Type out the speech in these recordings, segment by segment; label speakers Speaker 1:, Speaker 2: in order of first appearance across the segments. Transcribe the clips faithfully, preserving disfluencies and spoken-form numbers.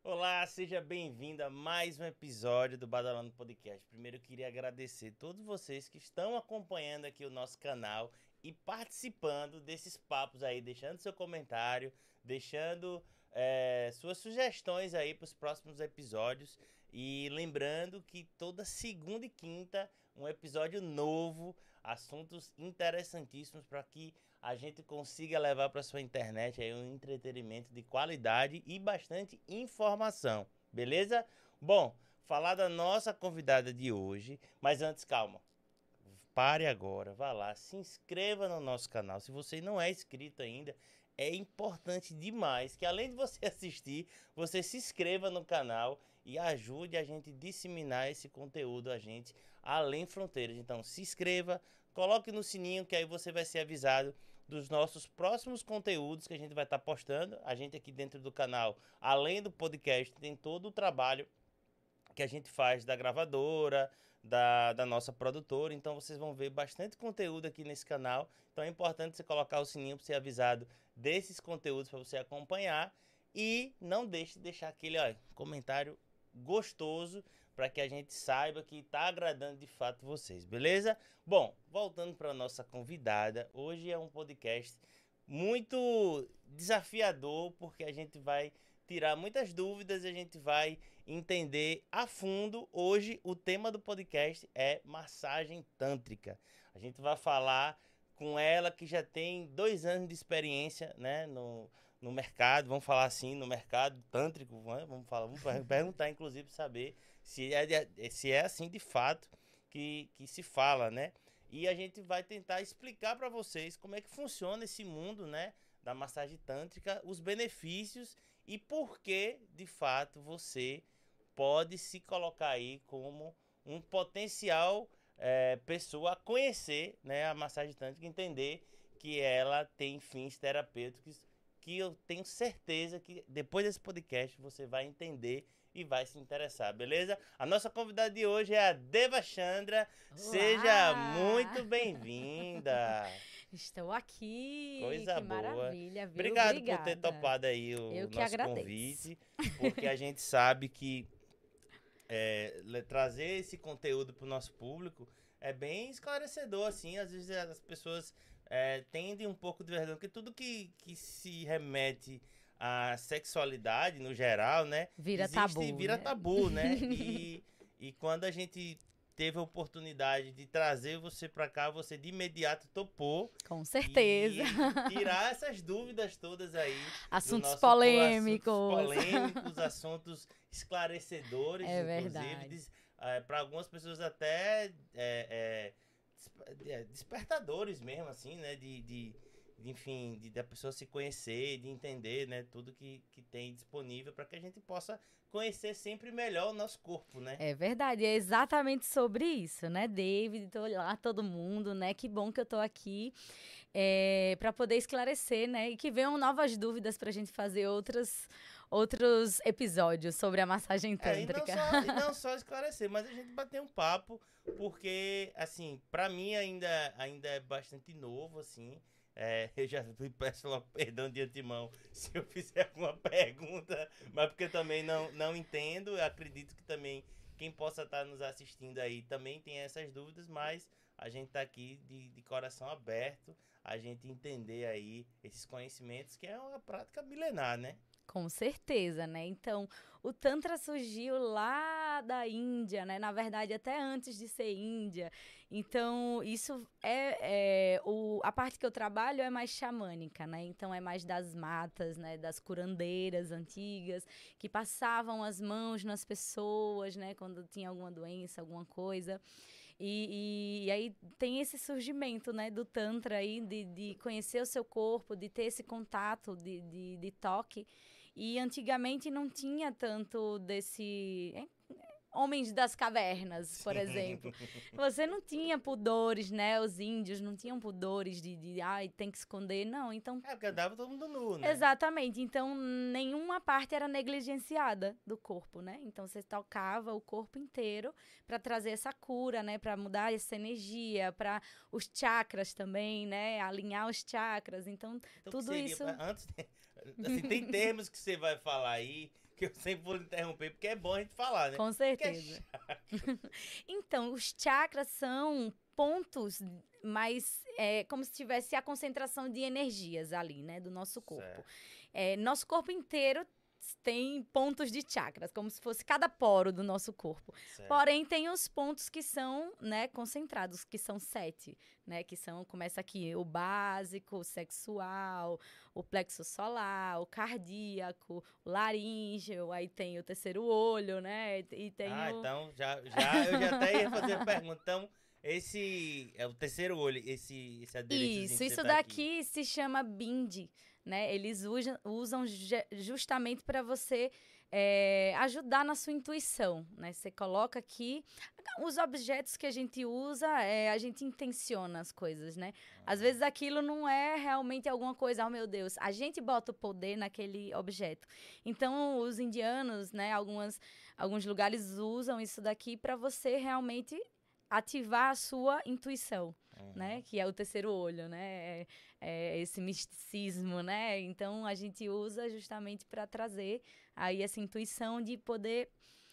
Speaker 1: Olá, seja bem-vindo a mais um episódio do Badalando Podcast. Primeiro eu queria agradecer a todos vocês que estão acompanhando aqui o nosso canal e participando desses papos aí, deixando seu comentário, deixando é, suas sugestões aí para os próximos episódios. E lembrando que toda segunda e quinta um episódio novo, assuntos interessantíssimos para que a gente consiga levar para sua internet aí um entretenimento de qualidade e bastante informação, beleza? Bom, falar da nossa convidada de hoje, mas antes, calma. Pare agora, vá lá, se inscreva no nosso canal. Se você não é inscrito ainda, é importante demais que além de você assistir, você se inscreva no canal e ajude a gente a disseminar esse conteúdo a gente além fronteiras. Então se inscreva, coloque no sininho que aí você vai ser avisado dos nossos próximos conteúdos que a gente vai estar postando. A gente aqui dentro do canal, além do podcast, tem todo o trabalho que a gente faz da gravadora, da, da nossa produtora. Então vocês vão ver bastante conteúdo aqui nesse canal. Então é importante você colocar o sininho para ser avisado desses conteúdos para você acompanhar. E não deixe de deixar aquele ó, comentário gostoso para que a gente saiba que está agradando de fato vocês, beleza? Bom, voltando para a nossa convidada, hoje é um podcast muito desafiador porque a gente vai tirar muitas dúvidas e a gente vai entender a fundo. Hoje o tema do podcast é massagem tântrica. A gente vai falar com ela que já tem dois anos de experiência, né, no, no mercado, vamos falar assim, no mercado tântrico, né? Vamos falar, vamos perguntar inclusive saber se é, se é assim de fato que, que se fala, né? E a gente vai tentar explicar para vocês como é que funciona esse mundo, né, da massagem tântrica, os benefícios e por que, de fato, você pode se colocar aí como um potencial é, pessoa a conhecer, né, a massagem tântrica, entender que ela tem fins terapêuticos, que eu tenho certeza que depois desse podcast você vai entender e vai se interessar, beleza? A nossa convidada de hoje é a Devachandra. Seja
Speaker 2: Olá!
Speaker 1: muito bem-vinda.
Speaker 2: Estou aqui,
Speaker 1: Coisa
Speaker 2: que
Speaker 1: boa.
Speaker 2: maravilha, viu?
Speaker 1: Obrigado por ter
Speaker 2: Obrigada.
Speaker 1: topado aí o
Speaker 2: Eu que
Speaker 1: nosso
Speaker 2: agradeço.
Speaker 1: convite, porque a gente sabe que é, le- trazer esse conteúdo para o nosso público é bem esclarecedor, assim. Às vezes as pessoas é, tendem um pouco de vergonha, porque tudo que, que se remete à sexualidade, no geral, né,
Speaker 2: Vira
Speaker 1: existe,
Speaker 2: tabu,
Speaker 1: vira
Speaker 2: né?
Speaker 1: tabu, né? E, e quando a gente teve a oportunidade de trazer você para cá, você de imediato topou
Speaker 2: Com certeza.
Speaker 1: e tirar essas dúvidas todas aí do
Speaker 2: Assuntos
Speaker 1: nosso po- assuntos
Speaker 2: polêmicos.
Speaker 1: polêmicos, assuntos esclarecedores,
Speaker 2: É
Speaker 1: inclusive,
Speaker 2: verdade.
Speaker 1: para algumas pessoas até é, é, desp- é, despertadores mesmo, assim, né? De, de, de, enfim, de da pessoa se conhecer, de entender, né? Tudo que, que tem disponível para que a gente possa conhecer sempre melhor o nosso corpo, né?
Speaker 2: É verdade, é exatamente sobre isso, né, David? Tô lá, todo mundo, né? Que bom que eu tô aqui é, para poder esclarecer, né? E que venham novas dúvidas para a gente fazer outros, outros episódios sobre a massagem
Speaker 1: É, e não
Speaker 2: tântrica.
Speaker 1: só, e não só esclarecer, mas a gente bater um papo, porque, assim, pra mim ainda, ainda é bastante novo, assim. É, eu já peço logo perdão de antemão se eu fizer alguma pergunta, mas porque eu também não, não entendo. Eu acredito que também quem possa estar nos assistindo aí também tem essas dúvidas, mas a gente tá aqui de, de coração aberto, a gente entender aí esses conhecimentos, que é uma prática milenar, né?
Speaker 2: Com certeza, né? Então, o Tantra surgiu lá da Índia, né? Na verdade, até antes de ser Índia. Então, isso é, é o, a parte que eu trabalho é mais xamânica, né? Então, é mais das matas, né? Das curandeiras antigas que passavam as mãos nas pessoas, né? Quando tinha alguma doença, alguma coisa. E, e, e aí tem esse surgimento, né? Do Tantra aí, de, de conhecer o seu corpo, de ter esse contato de, de, de toque. E antigamente não tinha tanto desse. é, Homens das cavernas, por
Speaker 1: Sim.
Speaker 2: exemplo. Você não tinha pudores, né? Os índios não tinham pudores de, de ai, tem que esconder. Não, então.
Speaker 1: É porque andava todo mundo nu, né?
Speaker 2: Exatamente. Então, nenhuma parte era negligenciada do corpo, né? Então, você tocava o corpo inteiro para trazer essa cura, né? Para mudar essa energia, para os chakras também, né? Alinhar os chakras. Então,
Speaker 1: Então, o que
Speaker 2: tudo
Speaker 1: seria,
Speaker 2: isso.
Speaker 1: antes, assim, tem termos que você vai falar aí que eu sempre vou interromper, porque é bom a gente falar, né?
Speaker 2: Com certeza. Então, os chakras são pontos mais, é, como se tivesse a concentração de energias ali, né, do nosso corpo. É, nosso corpo inteiro tem pontos de chakras, como se fosse cada poro do nosso corpo. Certo. Porém, tem os pontos que são, né, concentrados, que são sete, né, que são, começa aqui, o básico, o sexual, o plexo solar, o cardíaco, o laríngeo, aí tem o terceiro olho, né, e tem
Speaker 1: ah,
Speaker 2: o...
Speaker 1: então, já, já, eu já até ia fazer a pergunta, então... Esse é o terceiro olho, esse, esse adereçozinho
Speaker 2: Isso,
Speaker 1: que
Speaker 2: isso
Speaker 1: você tá
Speaker 2: daqui
Speaker 1: aqui.
Speaker 2: se chama bindi, né? Eles usam, usam justamente para você é, ajudar na sua intuição, né? Você coloca aqui os objetos que a gente usa, é, a gente intenciona as coisas, né? Às vezes aquilo não é realmente alguma coisa, oh meu Deus, a gente bota o poder naquele objeto. Então, os indianos, né? Algumas, alguns lugares usam isso daqui para você realmente ativar a sua intuição, uhum. né? Que é o terceiro olho, né? É, é esse misticismo, né? Então, a gente usa justamente para trazer aí essa intuição de poder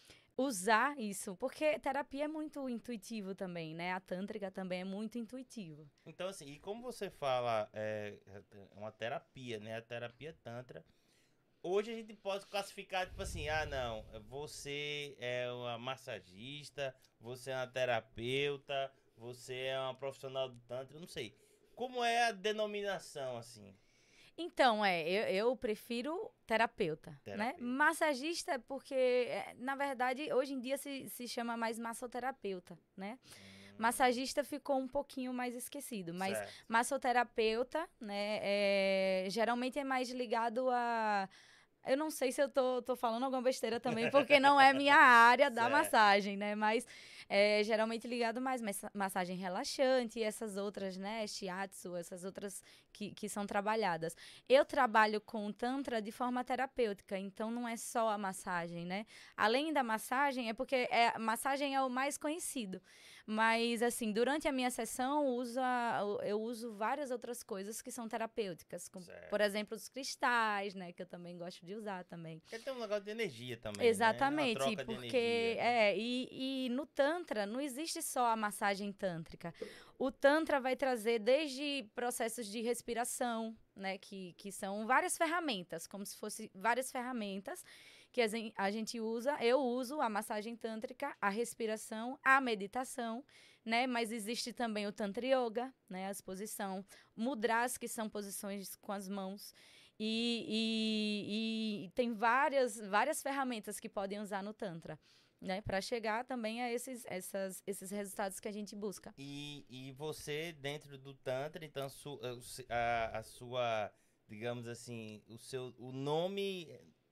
Speaker 2: usar isso. Porque terapia é muito intuitivo também, né? A tântrica também é muito intuitivo.
Speaker 1: Então, assim, e como você fala, é uma terapia, né? A terapia tantra. Hoje a gente pode classificar, tipo assim, ah, não, você é uma massagista, você é uma terapeuta, você é uma profissional do tantra, eu não sei. Como é a denominação, assim?
Speaker 2: Então, é, eu, eu prefiro terapeuta,
Speaker 1: terapeuta,
Speaker 2: né? Massagista é porque, na verdade, hoje em dia se, se chama mais massoterapeuta, né? Hum. Massagista ficou um pouquinho mais esquecido, mas certo. Massoterapeuta, né, é, geralmente é mais ligado a... Eu não sei se eu tô, tô falando alguma besteira também, porque não é minha área da certo. Massagem, né? Mas é geralmente ligado mais massagem relaxante e essas outras, né? Shiatsu, essas outras que, que são trabalhadas. Eu trabalho com Tantra de forma terapêutica, então não é só a massagem, né? Além da massagem, é porque é, massagem é o mais conhecido. Mas, assim, durante a minha sessão, usa, eu uso várias outras coisas que são terapêuticas. Como, por exemplo, os cristais, né? Que eu também gosto de usar também.
Speaker 1: Porque tem um negócio de energia também,
Speaker 2: exatamente,
Speaker 1: né? Uma troca
Speaker 2: porque,
Speaker 1: de energia.
Speaker 2: é, e, e no Tantra não existe só a massagem tântrica. O Tantra vai trazer desde processos de respiração, né? Que, que são várias ferramentas, como se fossem várias ferramentas que a gente usa. Eu uso a massagem tântrica, a respiração, a meditação, né? Mas existe também o Tantra Yoga, né? As posições, mudras, que são posições com as mãos. E, e, e tem várias, várias ferramentas que podem usar no Tantra, né? Para chegar também a esses, essas, esses resultados que a gente busca.
Speaker 1: E, e você, dentro do Tantra, então, su, a, a sua, digamos assim, o seu o nome...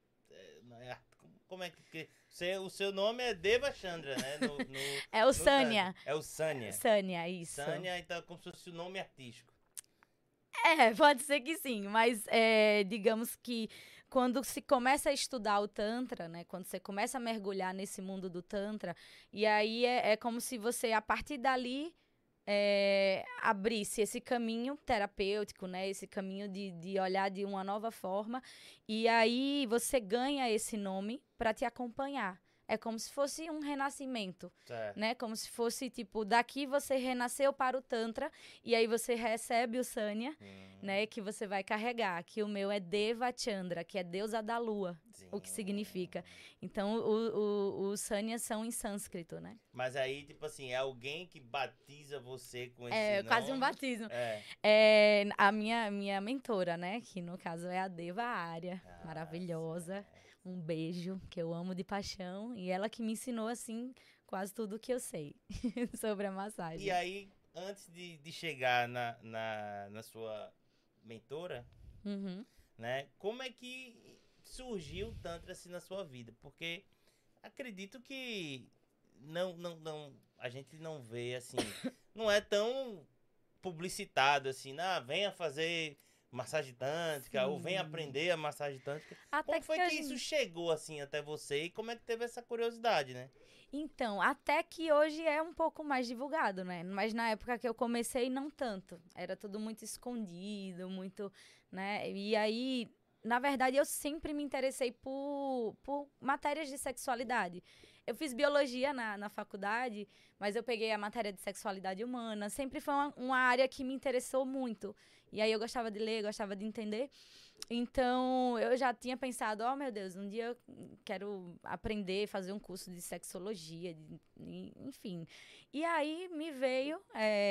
Speaker 1: Como é que... Você, o seu nome é Deva Chandra, né? No, no,
Speaker 2: é o Sanya.
Speaker 1: É o Sanya.
Speaker 2: Sanya, isso.
Speaker 1: Sanya, então, como se fosse o nome artístico.
Speaker 2: É, pode ser que sim, mas é, digamos que quando se começa a estudar o Tantra, né? Quando você começa a mergulhar nesse mundo do Tantra, e aí é, é como se você, a partir dali... É, abrisse esse caminho terapêutico, né? Esse caminho de, de olhar de uma nova forma. E aí você ganha esse nome para te acompanhar. É como se fosse um renascimento, certo. Né? Como se fosse, tipo, daqui você renasceu para o Tantra e aí você recebe o Sanya, hum. né? Que você vai carregar. Que o meu é Deva Chandra, que é deusa da lua, sim. O que significa. Então, o, o, os Sanyas são em sânscrito, né?
Speaker 1: Mas aí, tipo assim, é alguém que batiza você com esse
Speaker 2: é,
Speaker 1: nome?
Speaker 2: É, quase um batismo.
Speaker 1: É.
Speaker 2: É, a minha, minha mentora, né? Que no caso é a Deva Arya, ah, maravilhosa. Certo. Um beijo, que eu amo de paixão. E ela que me ensinou, assim, quase tudo que eu sei sobre a massagem.
Speaker 1: E aí, antes de, de chegar na, na, na sua mentora,
Speaker 2: uhum.
Speaker 1: né? Como é que surgiu o Tantra, assim, na sua vida? Porque acredito que não, não, não, a gente não vê, assim... não é tão publicitado, assim, ah, venha fazer... massagem tântrica, Sim. ou vem aprender a massagem tântrica. Até como foi que, que isso gente... chegou, assim, até você? E como é que teve essa curiosidade, né?
Speaker 2: Então, até que hoje é um pouco mais divulgado, né? Mas na época que eu comecei, não tanto. Era tudo muito escondido, muito, né? E aí, na verdade, eu sempre me interessei por, por matérias de sexualidade. Eu fiz biologia na, na faculdade, mas eu peguei a matéria de sexualidade humana. Sempre foi uma, uma área que me interessou muito. E aí eu gostava de ler, gostava de entender. Então, eu já tinha pensado, oh, meu Deus, um dia eu quero aprender, fazer um curso de sexologia, de, enfim. E aí me veio,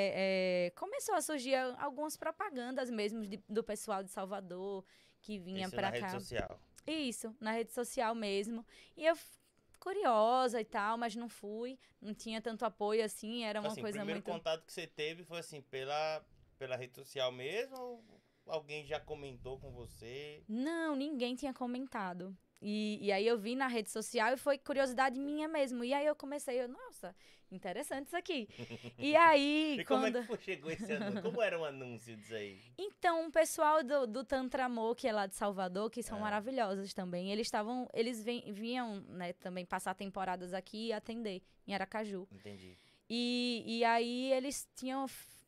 Speaker 2: é, é, começou a surgir algumas propagandas mesmo de, do pessoal de Salvador, que vinha pra cá.
Speaker 1: Isso na rede social.
Speaker 2: Isso, na rede social mesmo. E eu curiosa e tal, mas não fui, não tinha tanto apoio assim, era uma
Speaker 1: assim,
Speaker 2: coisa
Speaker 1: muito... O primeiro contato que você teve foi assim, pela, pela rede social mesmo ou alguém já comentou com você?
Speaker 2: Não, ninguém tinha comentado. E, e aí eu vi na rede social e foi curiosidade minha mesmo. E aí eu comecei, eu, nossa, interessante isso aqui. E aí,
Speaker 1: e
Speaker 2: quando...
Speaker 1: como é que foi, chegou esse anúncio? Como era o anúncio disso aí?
Speaker 2: Então, o pessoal do, do Tantra Amor, que é lá de Salvador, que são
Speaker 1: Ah.
Speaker 2: maravilhosos também, eles estavam, eles vem, vinham, né, também passar temporadas aqui e atender em Aracaju.
Speaker 1: Entendi.
Speaker 2: E, e aí eles tinham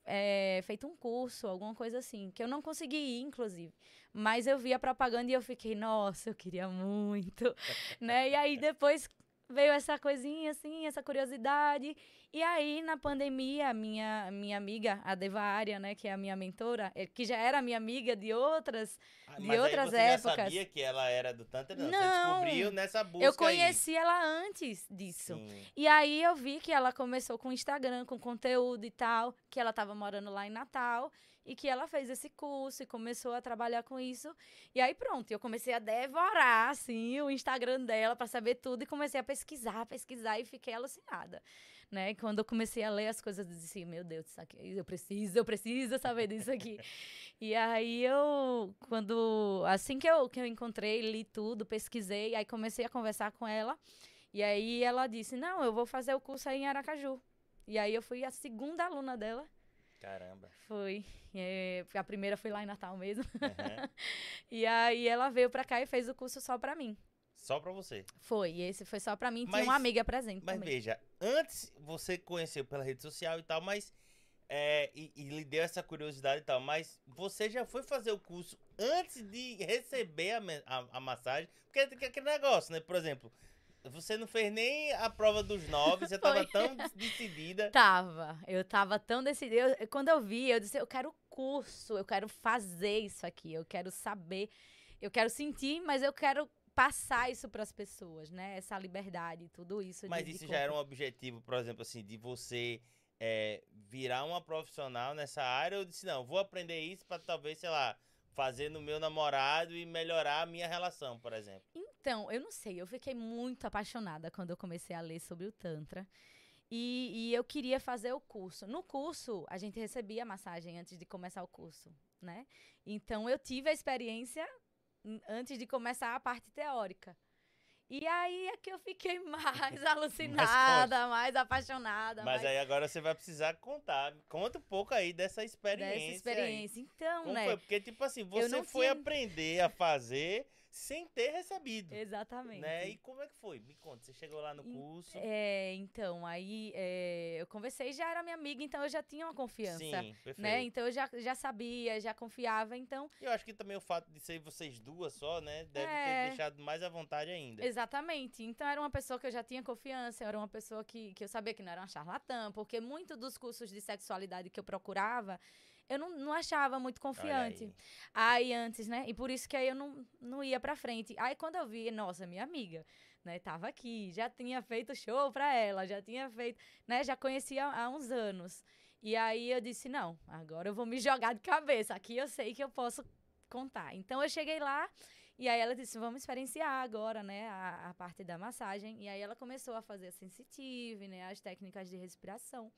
Speaker 2: é, feito um curso, alguma coisa assim, que eu não consegui ir, inclusive. Mas eu vi a propaganda e eu fiquei, nossa, eu queria muito, né? E aí depois veio essa coisinha, assim, essa curiosidade. E aí, na pandemia, minha, minha amiga, a Devaária, né, que é a minha mentora, que já era minha amiga de outras,
Speaker 1: ah,
Speaker 2: de
Speaker 1: mas
Speaker 2: outras
Speaker 1: aí você
Speaker 2: épocas.
Speaker 1: Já sabia que ela era do Tantra? Não,
Speaker 2: não,
Speaker 1: você descobriu nessa busca.
Speaker 2: Eu conheci
Speaker 1: aí.
Speaker 2: ela antes disso.
Speaker 1: Sim.
Speaker 2: E aí eu vi que ela começou com Instagram, com conteúdo e tal, que ela estava morando lá em Natal e que ela fez esse curso e começou a trabalhar com isso. E aí pronto, eu comecei a devorar assim o Instagram dela para saber tudo e comecei a pesquisar, pesquisar e fiquei alucinada. Né? Quando eu comecei a ler as coisas, eu disse, meu Deus, isso aqui, eu preciso, eu preciso saber disso aqui. E aí eu, quando, assim que eu, que eu encontrei, li tudo, pesquisei, aí comecei a conversar com ela, e aí ela disse, não, eu vou fazer o curso aí em Aracaju. E aí eu fui a segunda aluna dela.
Speaker 1: Caramba.
Speaker 2: Foi. É, a primeira foi lá em Natal mesmo.
Speaker 1: Uhum.
Speaker 2: E aí ela veio pra cá e fez o curso só pra mim.
Speaker 1: Só pra você?
Speaker 2: Foi, esse foi só pra mim,
Speaker 1: mas,
Speaker 2: tinha uma amiga presente
Speaker 1: Mas
Speaker 2: também.
Speaker 1: veja, antes você conheceu pela rede social e tal, mas é, e, e lhe deu essa curiosidade e tal, mas você já foi fazer o curso antes de receber a, a, a massagem? Porque é aquele negócio, né? Por exemplo, você não fez nem a prova dos nove, você tava tão decidida.
Speaker 2: Tava, eu tava tão decidida. Eu, quando eu vi, eu disse, eu quero curso, eu quero fazer isso aqui, eu quero saber, eu quero sentir, mas eu quero passar isso para as pessoas, né? Essa liberdade, tudo isso.
Speaker 1: Mas
Speaker 2: de,
Speaker 1: isso
Speaker 2: de
Speaker 1: já era um objetivo, por exemplo, assim, de você é, virar uma profissional nessa área? Eu disse, não, vou aprender isso para talvez, sei lá, fazer no meu namorado e melhorar a minha relação, por exemplo.
Speaker 2: Então, eu não sei, eu fiquei muito apaixonada quando eu comecei a ler sobre o Tantra. E, e eu queria fazer o curso. No curso, a gente recebia massagem antes de começar o curso, né? Então, eu tive a experiência antes de começar a parte teórica. E aí é que eu fiquei mais alucinada, mais apaixonada.
Speaker 1: Mas
Speaker 2: mais...
Speaker 1: aí agora você vai precisar contar. Conta um pouco aí dessa experiência.
Speaker 2: Dessa experiência.
Speaker 1: Aí.
Speaker 2: Então,
Speaker 1: Como
Speaker 2: né?
Speaker 1: foi? Porque, tipo assim, você foi
Speaker 2: tinha...
Speaker 1: aprender a fazer sem ter recebido.
Speaker 2: Exatamente.
Speaker 1: Né? E como é que foi? Me conta, você chegou lá no
Speaker 2: e,
Speaker 1: curso.
Speaker 2: É, então, aí é, eu conversei, já era minha amiga, então eu já tinha uma confiança.
Speaker 1: Sim, perfeito.
Speaker 2: Né? Então eu já, já sabia, já confiava, então...
Speaker 1: Eu acho que também o fato de ser vocês duas só, né, deve
Speaker 2: é,
Speaker 1: ter deixado mais à vontade ainda.
Speaker 2: Exatamente. Então era uma pessoa que eu já tinha confiança, era uma pessoa que, que eu sabia que não era uma charlatã, porque muito dos cursos de sexualidade que eu procurava, eu não, não achava muito confiante. Aí. aí antes, né? E por isso que aí eu não, não ia pra frente. Aí quando eu vi, nossa, minha amiga, né, tava aqui, já tinha feito show pra ela, já tinha feito, né, já conhecia há uns anos. E aí eu disse, não, agora eu vou me jogar de cabeça, aqui eu sei que eu posso contar. Então eu cheguei lá e aí ela disse, vamos experienciar agora, né, a, a parte da massagem. E aí ela começou a fazer a sensitive, né, as técnicas de respiração.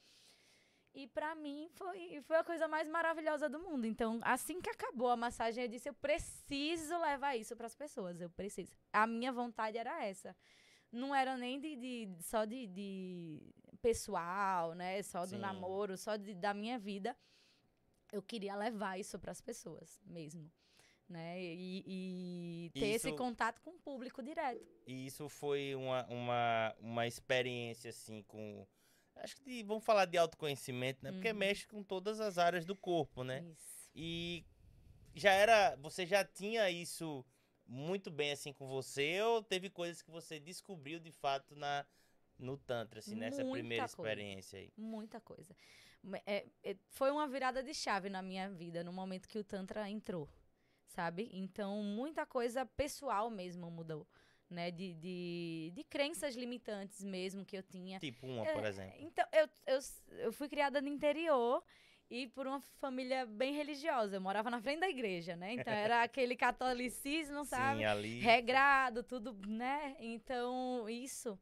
Speaker 2: E pra mim foi, foi a coisa mais maravilhosa do mundo. Então, assim que acabou a massagem, eu disse, eu preciso levar isso pras pessoas, eu preciso. A minha vontade era essa. Não era nem de, de, só de, de pessoal, né? Só do Sim. namoro, só de, da minha vida. Eu queria levar isso pras pessoas mesmo. Né? E, e ter isso, esse contato com o público direto.
Speaker 1: E isso foi uma, uma, uma experiência, assim, com... Acho que de, vamos falar de autoconhecimento, né? Uhum. Porque mexe com todas as áreas do corpo, né?
Speaker 2: Isso.
Speaker 1: E já era... Você já tinha isso muito bem assim com você ou teve coisas que você descobriu de fato na, no Tantra, assim, nessa
Speaker 2: Muita
Speaker 1: primeira
Speaker 2: coisa.
Speaker 1: experiência aí?
Speaker 2: Muita coisa. É, é, foi uma virada de chave na minha vida, no momento que o Tantra entrou, sabe? Então, muita coisa pessoal mesmo mudou, né? De, de, de crenças limitantes mesmo que eu tinha.
Speaker 1: Tipo uma,
Speaker 2: É,
Speaker 1: por exemplo.
Speaker 2: então, eu, eu, eu fui criada no interior e por uma família bem religiosa. Eu morava na frente da igreja, né? Então, era aquele catolicismo, sabe?
Speaker 1: Sim, ali.
Speaker 2: Regrado, tudo, né? Então, isso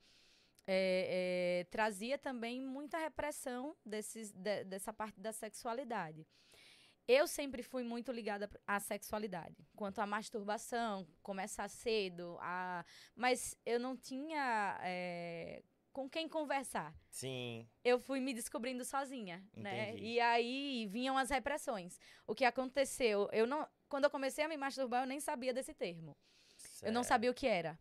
Speaker 2: é, é, trazia também muita repressão desses, de, dessa parte da sexualidade. Eu sempre fui muito ligada à sexualidade, quanto à masturbação, começar cedo, a... mas eu não tinha é, com quem conversar.
Speaker 1: Sim.
Speaker 2: Eu fui me descobrindo sozinha, né?
Speaker 1: Entendi.
Speaker 2: E aí vinham as repressões. O que aconteceu? Eu não, quando eu comecei a me masturbar, eu nem sabia desse termo.
Speaker 1: Certo.
Speaker 2: Eu não sabia o que era.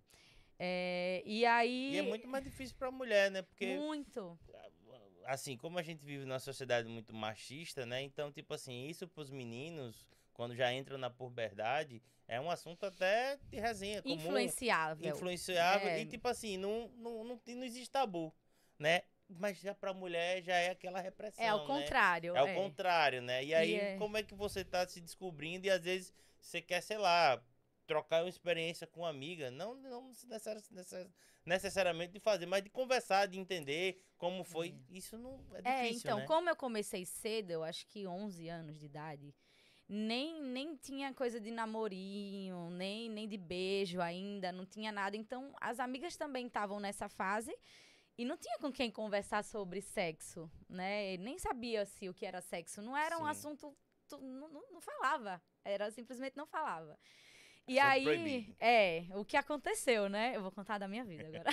Speaker 2: É, e aí...
Speaker 1: E é muito mais difícil pra mulher, né? Porque...
Speaker 2: Muito.
Speaker 1: Assim, como a gente vive numa sociedade muito machista, né? Então, tipo assim, isso pros meninos, quando já entram na puberdade, é um assunto até de resenha comum.
Speaker 2: Influenciável.
Speaker 1: Influenciável.
Speaker 2: É.
Speaker 1: E, tipo assim, não, não, não, não existe tabu, né? Mas já pra mulher já é aquela repressão,
Speaker 2: É ao
Speaker 1: né?
Speaker 2: contrário.
Speaker 1: É o
Speaker 2: é.
Speaker 1: contrário, né? E aí,
Speaker 2: E é-
Speaker 1: como é que você tá se descobrindo e às vezes você quer, sei lá, trocar uma experiência com uma amiga, não, não necessari- necess- necessariamente de fazer, mas de conversar, de entender como foi. Isso não é
Speaker 2: É,
Speaker 1: difícil,
Speaker 2: então,
Speaker 1: né?
Speaker 2: como eu comecei cedo, eu acho que onze anos de idade, nem, nem tinha coisa de namorinho, nem, nem de beijo ainda, não tinha nada. Então, as amigas também estavam nessa fase e não tinha com quem conversar sobre sexo, né? Nem sabia se o que era sexo. Não era um
Speaker 1: Sim.
Speaker 2: assunto, tu- não, não, não falava, era simplesmente não falava. E
Speaker 1: Assunto
Speaker 2: aí,
Speaker 1: proibido.
Speaker 2: é, o que aconteceu, né? Eu vou contar da minha vida agora.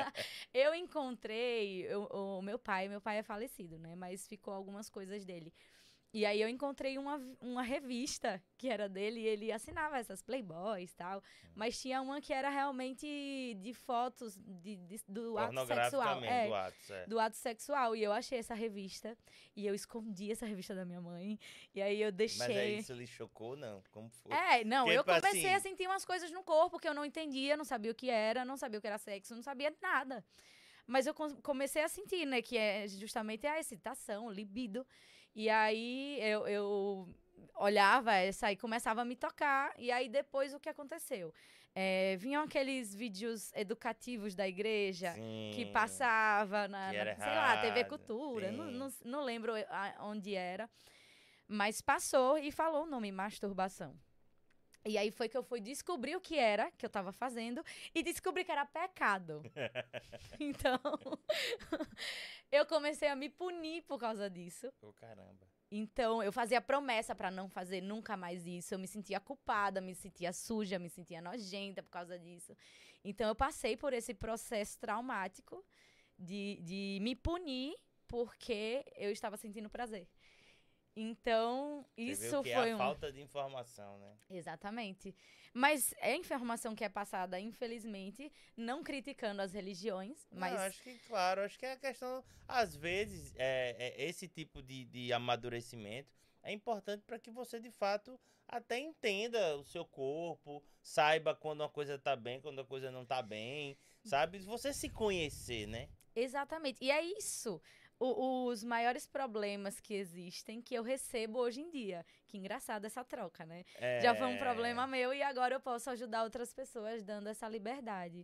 Speaker 2: Eu encontrei eu- o meu pai, meu pai é falecido, né? Mas ficou algumas coisas dele. E aí eu encontrei uma, uma revista que era dele e ele assinava essas Playboys e tal. Mas tinha uma que era realmente de fotos de, de- do ato sexual.
Speaker 1: Pornograficamente,
Speaker 2: É,
Speaker 1: do ato, certo.
Speaker 2: do ato sexual. E eu achei essa revista e eu escondi essa revista da minha mãe. E aí eu deixei...
Speaker 1: Mas aí isso lhe chocou, não? Como foi?
Speaker 2: É, não,
Speaker 1: Porque,
Speaker 2: eu comecei a
Speaker 1: assim-
Speaker 2: sentir umas coisas no corpo que eu não entendia, não sabia o que era, não sabia o que era sexo, não sabia nada. Mas eu com- comecei a sentir, né, que é justamente a excitação, o libido. E aí eu, eu olhava essa e começava a me tocar. E aí depois o que aconteceu? É, vinham aqueles vídeos educativos da igreja que
Speaker 1: Sim.
Speaker 2: passava na,
Speaker 1: Que
Speaker 2: na-
Speaker 1: era
Speaker 2: sei lá, T V
Speaker 1: errado,
Speaker 2: Cultura, não,
Speaker 1: sim.
Speaker 2: não, não lembro a- onde era. Mas passou e falou o nome masturbação. E aí foi que eu fui descobrir o que era que eu tava fazendo e descobri que era pecado. Então, eu comecei a me punir por causa disso.
Speaker 1: Ô, caramba.
Speaker 2: Então, eu fazia promessa pra não fazer nunca mais isso. Eu me sentia culpada, me sentia suja, me sentia nojenta por causa disso. Então, eu passei por esse processo traumático de, de me punir porque eu estava sentindo prazer. Então,
Speaker 1: Você vê
Speaker 2: isso
Speaker 1: o que
Speaker 2: foi
Speaker 1: é a
Speaker 2: um...
Speaker 1: falta de informação, né?
Speaker 2: Exatamente. Mas é informação que é passada, infelizmente, não criticando as religiões, mas...
Speaker 1: Não, acho que, claro, acho que é a questão, às vezes, é, é esse tipo de, de amadurecimento é importante para que você, de fato, até entenda o seu corpo, saiba quando uma coisa tá bem, quando a coisa não tá bem, sabe? Você se conhecer, né?
Speaker 2: Exatamente. E é isso. O- os maiores problemas que existem que eu recebo hoje em dia. Que engraçado essa troca, né?
Speaker 1: É...
Speaker 2: Já foi um problema meu e agora eu posso ajudar outras pessoas dando essa liberdade.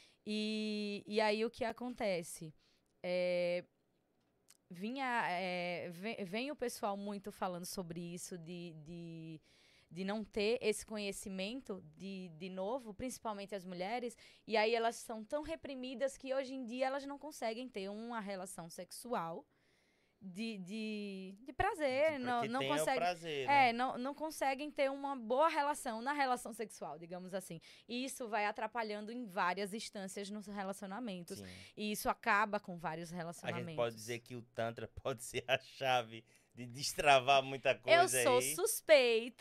Speaker 2: E, e aí o que acontece? É, vinha, é, vem, vem o pessoal muito falando sobre isso, de, de, de não ter esse conhecimento de, de novo, principalmente as mulheres, e aí elas são tão reprimidas que hoje em dia elas não conseguem ter uma relação sexual de, de, de prazer,
Speaker 1: de-
Speaker 2: não,
Speaker 1: que
Speaker 2: não
Speaker 1: tenha o
Speaker 2: conseguem.
Speaker 1: prazer, né?
Speaker 2: É, não, não conseguem ter uma boa relação na relação sexual, digamos assim. E isso vai atrapalhando em várias instâncias nos relacionamentos.
Speaker 1: Sim.
Speaker 2: E isso acaba com vários
Speaker 1: A
Speaker 2: relacionamentos.
Speaker 1: gente pode dizer que o Tantra pode ser a chave de destravar muita
Speaker 2: Eu
Speaker 1: coisa
Speaker 2: sou
Speaker 1: aí.
Speaker 2: suspeita,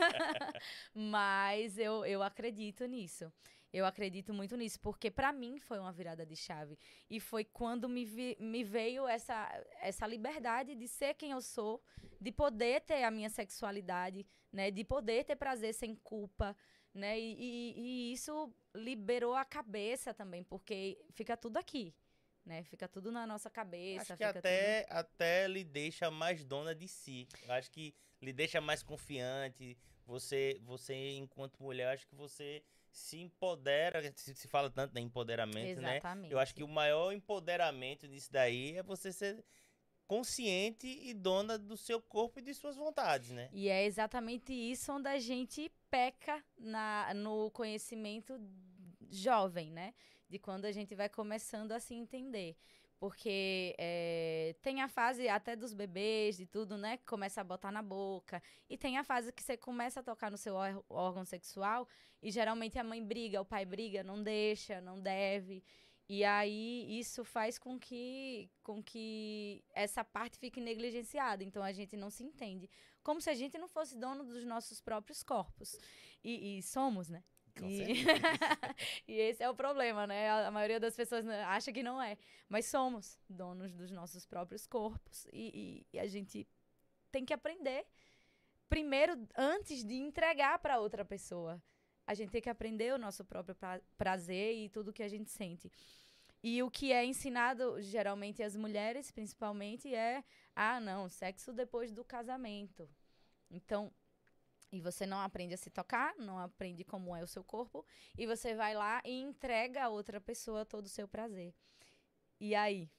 Speaker 2: mas eu, eu acredito nisso. Eu acredito muito nisso, porque pra mim foi uma virada de chave. E foi quando me, vi- me veio essa, essa liberdade de ser quem eu sou, de poder ter a minha sexualidade, né? De poder ter prazer sem culpa, né? E, e, e isso liberou a cabeça também, porque fica tudo aqui, né? Fica tudo na nossa cabeça.
Speaker 1: Acho que
Speaker 2: fica
Speaker 1: até,
Speaker 2: tudo...
Speaker 1: até lhe deixa mais dona de si. Eu acho que lhe deixa mais confiante. Você, você enquanto mulher, acho que você se empodera. Se, se fala tanto em empoderamento,
Speaker 2: Exatamente.
Speaker 1: né? Eu acho que o maior empoderamento disso daí é você ser consciente e dona do seu corpo e de suas vontades, né?
Speaker 2: E é exatamente isso onde a gente peca na, no conhecimento jovem, né? De quando a gente vai começando a se entender. Porque é, tem a fase até dos bebês, de tudo, né? Que começa a botar na boca. E tem a fase que você começa a tocar no seu órgão sexual e geralmente a mãe briga, o pai briga, não deixa, não deve. E aí isso faz com que, com que essa parte fique negligenciada. Então a gente não se entende. Como se a gente não fosse dono dos nossos próprios corpos. E, e somos, né?
Speaker 1: Com
Speaker 2: E...
Speaker 1: certeza.
Speaker 2: e esse é o problema, né? A, a maioria das pessoas acha que não é. Mas somos donos dos nossos próprios corpos. E, e, e a gente tem que aprender. Primeiro, antes de entregar para outra pessoa. A gente tem que aprender o nosso próprio pra- prazer e tudo que a gente sente. E o que é ensinado, geralmente, às mulheres, principalmente, é... Ah, não, sexo depois do casamento. Então... E você não aprende a se tocar, não aprende como é o seu corpo, e você vai lá e entrega a outra pessoa todo o seu prazer. E aí?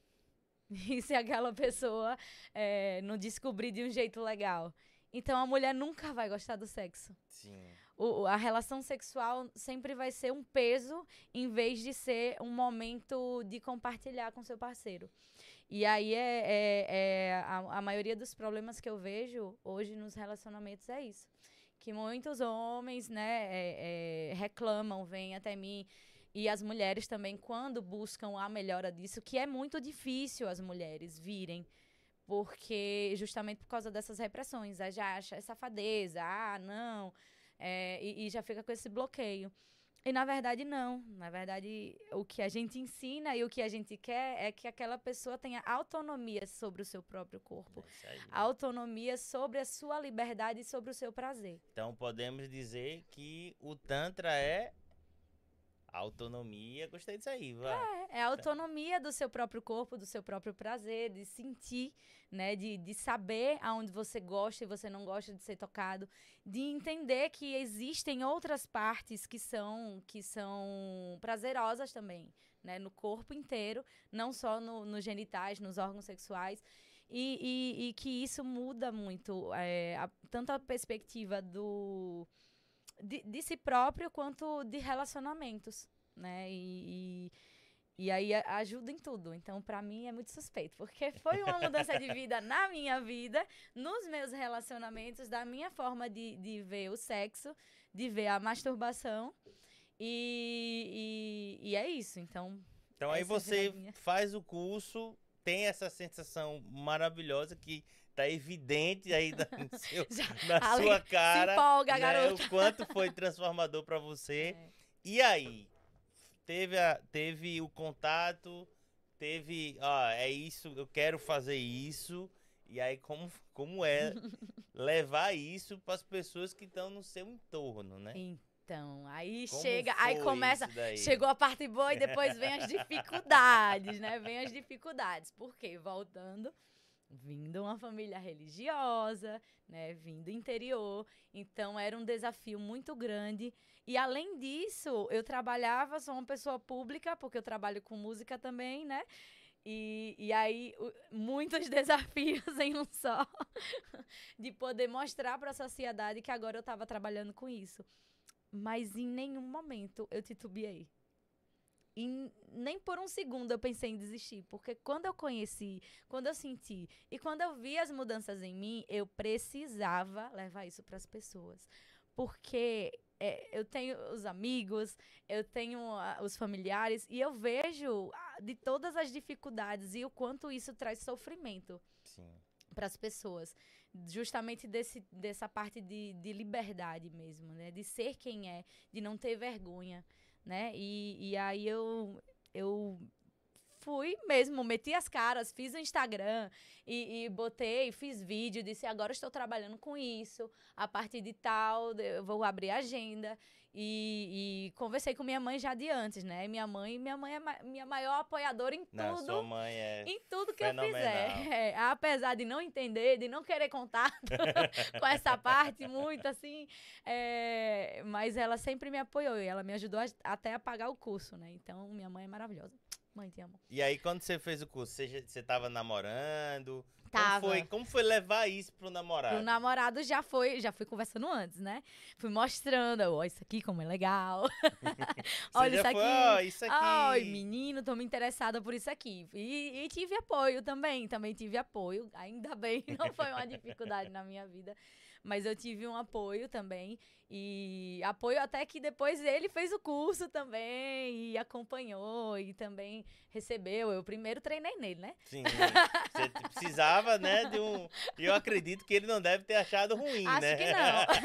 Speaker 2: E se aquela pessoa é, não descobrir de um jeito legal? Então a mulher nunca vai gostar do sexo.
Speaker 1: Sim.
Speaker 2: O, a relação sexual sempre vai ser um peso, em vez de ser um momento de compartilhar com seu parceiro. E aí é, é, é a, a maioria dos problemas que eu vejo hoje nos relacionamentos é isso. Que muitos homens, né, é, é, reclamam, vêm até mim, e as mulheres também, quando buscam a melhora disso, que é muito difícil as mulheres virem, porque justamente por causa dessas repressões, aí já acha é safadeza, ah, não, é, e, e já fica com esse bloqueio. E, na verdade, não. Na verdade, o que a gente ensina e o que a gente quer é que aquela pessoa tenha autonomia sobre o seu próprio corpo.
Speaker 1: É isso aí.
Speaker 2: Autonomia sobre a sua liberdade e sobre o seu prazer.
Speaker 1: Então podemos dizer que o Tantra é autonomia. Gostei disso aí, vai.
Speaker 2: É, é a autonomia do seu próprio corpo, do seu próprio prazer, de sentir, né? De, de saber aonde você gosta e você não gosta de ser tocado. De entender que existem outras partes que são, que são prazerosas também, né? No corpo inteiro, não só no, nos genitais, nos órgãos sexuais. E, e, e que isso muda muito, é, a, tanto a perspectiva do, de, de si próprio quanto de relacionamentos, né? E, e, e aí a, ajuda em tudo. Então, pra mim, é muito suspeito, porque foi uma mudança de vida na minha vida, nos meus relacionamentos, da minha forma de, de ver o sexo, de ver a masturbação. E, e, e é isso. Então,
Speaker 1: Então aí
Speaker 2: essa
Speaker 1: você
Speaker 2: viradinha.
Speaker 1: faz o curso, tem essa sensação maravilhosa que tá evidente aí da, no seu-
Speaker 2: Já,
Speaker 1: na
Speaker 2: ali,
Speaker 1: sua cara,
Speaker 2: se empolga,
Speaker 1: né,
Speaker 2: garota.
Speaker 1: o quanto foi transformador pra você.
Speaker 2: É.
Speaker 1: E aí, teve, a, teve o contato, teve, ó, é isso, eu quero fazer isso. E aí, como, como é levar isso para as pessoas que estão no seu entorno, né?
Speaker 2: Então, aí
Speaker 1: Como
Speaker 2: chega, aí
Speaker 1: foi
Speaker 2: começa,
Speaker 1: isso daí?
Speaker 2: chegou a parte boa e depois vem as dificuldades, né? Vem as dificuldades. Por quê? Voltando, vindo uma família religiosa, né? Vindo interior. Então, era um desafio muito grande. E, além disso, eu trabalhava, sou uma pessoa pública, porque eu trabalho com música também, né? E, e aí, o- muitos desafios em um só, de poder mostrar para a sociedade que agora eu estava trabalhando com isso. Mas em nenhum momento eu titubeei. E nem por um segundo eu pensei em desistir. Porque quando eu conheci, quando eu senti e quando eu vi as mudanças em mim, eu precisava levar isso para as pessoas. Porque é, eu tenho os amigos, eu tenho ah, os familiares e eu vejo ah, de todas as dificuldades e o quanto isso traz sofrimento
Speaker 1: Sim.
Speaker 2: para as pessoas, justamente desse, dessa parte de, de liberdade mesmo, né? De ser quem é, de não ter vergonha, né? E, e aí eu, eu fui mesmo, meti as caras, fiz o Instagram e, e botei, fiz vídeo, disse agora estou trabalhando com isso, a partir de tal, eu vou abrir a agenda. E, e conversei com minha mãe já de antes, né? Minha mãe, minha mãe é ma minha maior apoiadora em
Speaker 1: Não,
Speaker 2: tudo.
Speaker 1: sua mãe é
Speaker 2: em tudo que
Speaker 1: fenomenal.
Speaker 2: eu fizer. É, apesar de não entender, de não querer contato com essa parte muito assim, é, mas ela sempre me apoiou e ela me ajudou a, até a pagar o curso, né? Então, minha mãe é maravilhosa. Mãe, te amo.
Speaker 1: E aí, quando você fez o curso, você, você tava namorando?
Speaker 2: Tava.
Speaker 1: Como foi, como foi levar isso pro namorado?
Speaker 2: O namorado já foi, já fui conversando antes, né? Fui mostrando, ó, isso aqui como é legal. Olha isso aqui.
Speaker 1: Foi, ó, isso aqui.
Speaker 2: Ai, menino, tô me interessada por isso aqui. E, e tive apoio também, também tive apoio. Ainda bem, não foi uma dificuldade na minha vida. Mas eu tive um apoio também. E apoio até que depois ele fez o curso também. E acompanhou. E também recebeu. Eu primeiro treinei nele, né?
Speaker 1: Sim. Você precisava, né, de um... E eu acredito que ele não deve ter achado ruim,
Speaker 2: Acho
Speaker 1: né?
Speaker 2: que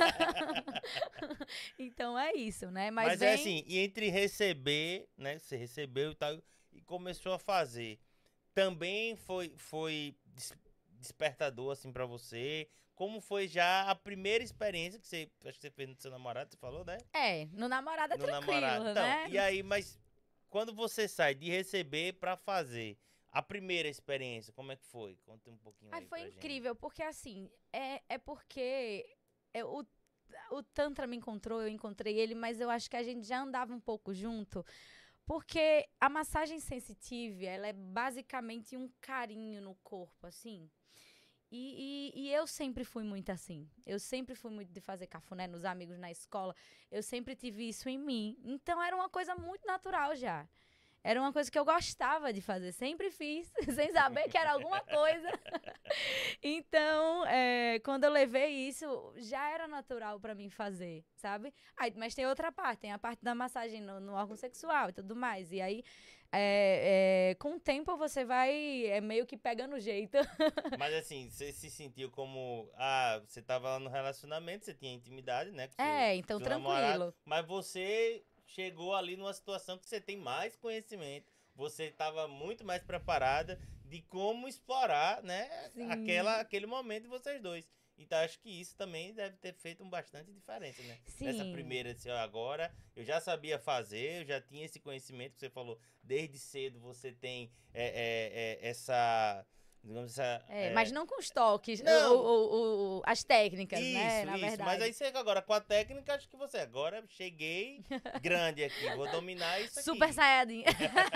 Speaker 2: não. Então é isso, né? Mas,
Speaker 1: Mas
Speaker 2: vem...
Speaker 1: é assim, e entre receber, né? Você recebeu e tal, e começou a fazer. Também foi, foi despertador, assim, pra você? Como foi já a primeira experiência que você, acho que você fez no seu namorado, você falou, né?
Speaker 2: É, no namorado é
Speaker 1: no
Speaker 2: tranquilo,
Speaker 1: namorado. Então,
Speaker 2: né?
Speaker 1: e aí, mas quando você sai de receber pra fazer, a primeira experiência, como é que foi? Conta um pouquinho
Speaker 2: Ai,
Speaker 1: aí
Speaker 2: foi
Speaker 1: pra
Speaker 2: incrível, porque assim, é, é porque é, o, o Tantra me encontrou, eu encontrei ele, mas eu acho que a gente já andava um pouco junto, porque a massagem sensitive, ela é basicamente um carinho no corpo, assim. E, e, e eu sempre fui muito assim. Eu sempre fui muito de fazer cafuné nos amigos na escola. Eu sempre tive isso em mim. Então era uma coisa muito natural já. Era uma coisa que eu gostava de fazer. Sempre fiz, sem saber que era alguma coisa. Então, é, quando eu levei isso, já era natural pra mim fazer, sabe? Aí, mas tem outra parte. Tem a parte da massagem no, no órgão sexual e tudo mais. E aí, é, é, com o tempo, você vai é, meio que pegando o jeito.
Speaker 1: Mas assim, você se sentiu como... Ah, você tava lá no relacionamento, você tinha intimidade, né? Com seu,
Speaker 2: É, então
Speaker 1: seu
Speaker 2: tranquilo.
Speaker 1: namorado, mas você chegou ali numa situação que você tem mais conhecimento. Você estava muito mais preparada de como explorar, né? Aquela, aquele momento de vocês dois. Então, acho que isso também deve ter feito um bastante diferença, né?
Speaker 2: Sim.
Speaker 1: Nessa primeira, assim, ó, agora, eu já sabia fazer, eu já tinha esse conhecimento que você falou, desde cedo você tem é, é, é, essa... Digamos, essa,
Speaker 2: É,
Speaker 1: é...
Speaker 2: mas não com os toques,
Speaker 1: Não.
Speaker 2: o, o, o, as técnicas,
Speaker 1: isso,
Speaker 2: né? Na
Speaker 1: isso.
Speaker 2: verdade.
Speaker 1: Mas aí você agora, com a técnica, acho que você agora cheguei grande aqui, vou dominar isso aqui.
Speaker 2: Super Saiyajin.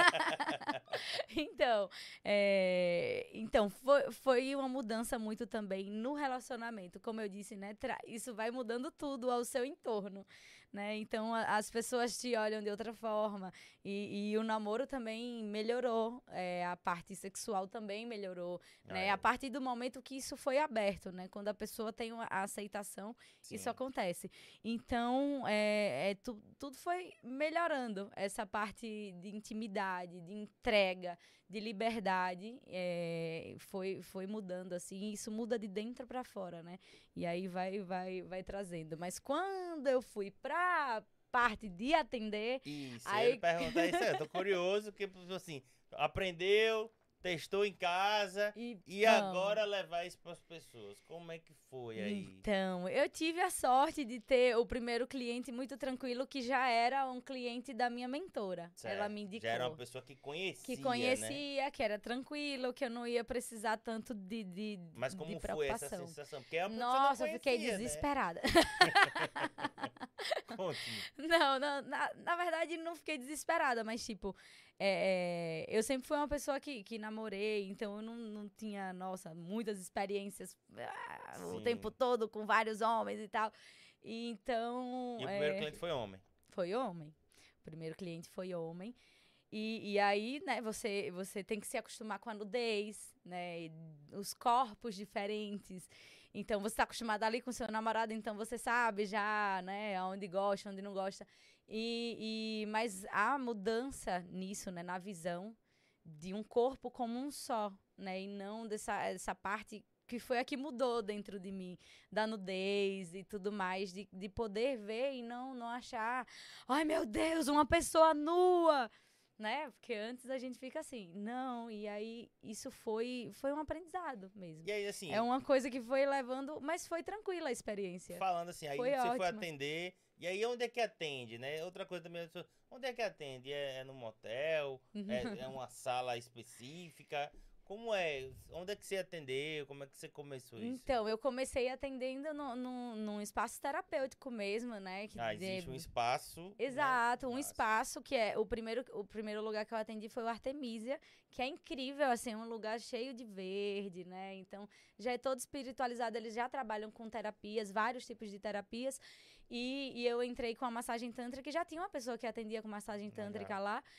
Speaker 2: Então, é, então foi, foi uma mudança muito também no relacionamento. Como eu disse, né? Isso vai mudando tudo ao seu entorno. Né? Então a, as pessoas te olham de outra forma e, e o namoro também melhorou, é, a parte sexual também melhorou,
Speaker 1: Ah,
Speaker 2: né?
Speaker 1: é.
Speaker 2: A partir do momento que isso foi aberto, né? Quando a pessoa tem uma, a aceitação,
Speaker 1: Sim.
Speaker 2: isso acontece. Então é, é, tu, tudo foi melhorando, essa parte de intimidade, de entrega, de liberdade, é, foi, foi mudando assim, e isso muda de dentro para fora, né? E aí vai, vai, vai trazendo. Mas quando eu fui pra parte de atender...
Speaker 1: Isso,
Speaker 2: aí...
Speaker 1: eu ia perguntar isso aí, eu tô curioso, porque, assim, aprendeu, testou em casa,
Speaker 2: e,
Speaker 1: e agora levar isso pras pessoas. Como é que foi aí?
Speaker 2: Então, eu tive a sorte de ter o primeiro cliente muito tranquilo, que já era um cliente da minha mentora.
Speaker 1: Certo.
Speaker 2: Ela me indicou.
Speaker 1: Já era uma pessoa que conhecia,
Speaker 2: Que conhecia,
Speaker 1: né?
Speaker 2: que era tranquilo, que eu não ia precisar tanto de, de
Speaker 1: Mas como
Speaker 2: de
Speaker 1: foi essa
Speaker 2: preocupação.
Speaker 1: sensação? Porque a pessoa
Speaker 2: Nossa,
Speaker 1: não
Speaker 2: eu fiquei
Speaker 1: conhecia,
Speaker 2: desesperada.
Speaker 1: Né? Conte-me.
Speaker 2: Não, não na, na verdade não fiquei desesperada, mas tipo, é, é, eu sempre fui uma pessoa que, que namorei, então eu não, não tinha, nossa, muitas experiências ah, o tempo todo com vários homens e tal. E então...
Speaker 1: E o
Speaker 2: é,
Speaker 1: primeiro cliente foi homem?
Speaker 2: Foi homem. O primeiro cliente foi homem. E, e aí, né, você, você tem que se acostumar com a nudez, né, os corpos diferentes. Então, você está acostumado ali com seu namorado, então você sabe já, né, onde gosta, onde não gosta. E, e, mas há mudança nisso, né, na visão de um corpo como um só, né, e não dessa essa parte que foi a que mudou dentro de mim, da nudez e tudo mais, de, de poder ver e não, não achar, ai meu Deus, uma pessoa nua, né? Porque antes a gente fica assim, não, e aí isso foi, foi um aprendizado mesmo.
Speaker 1: E aí, assim...
Speaker 2: É uma coisa que foi levando, mas foi tranquila a experiência.
Speaker 1: Falando assim, aí
Speaker 2: foi
Speaker 1: você
Speaker 2: ótima.
Speaker 1: foi atender, E aí, onde é que atende, né? Outra coisa também, onde é que atende? É, é no motel? É, é uma sala específica? Como é? Onde é que você atendeu? Como é que você começou isso?
Speaker 2: Então, eu comecei atendendo no, no, num espaço terapêutico mesmo, né? Que
Speaker 1: Ah,
Speaker 2: de-
Speaker 1: existe um espaço,
Speaker 2: Exato,
Speaker 1: né?
Speaker 2: um
Speaker 1: Massa.
Speaker 2: espaço que é o primeiro, o primeiro lugar que eu atendi foi o Artemisia, que é incrível, assim, um lugar cheio de verde, né? Então, já é todo espiritualizado, eles já trabalham com terapias, vários tipos de terapias, e, e eu entrei com a massagem tântrica, que já tinha uma pessoa que atendia com massagem tântrica
Speaker 1: Legal.
Speaker 2: lá,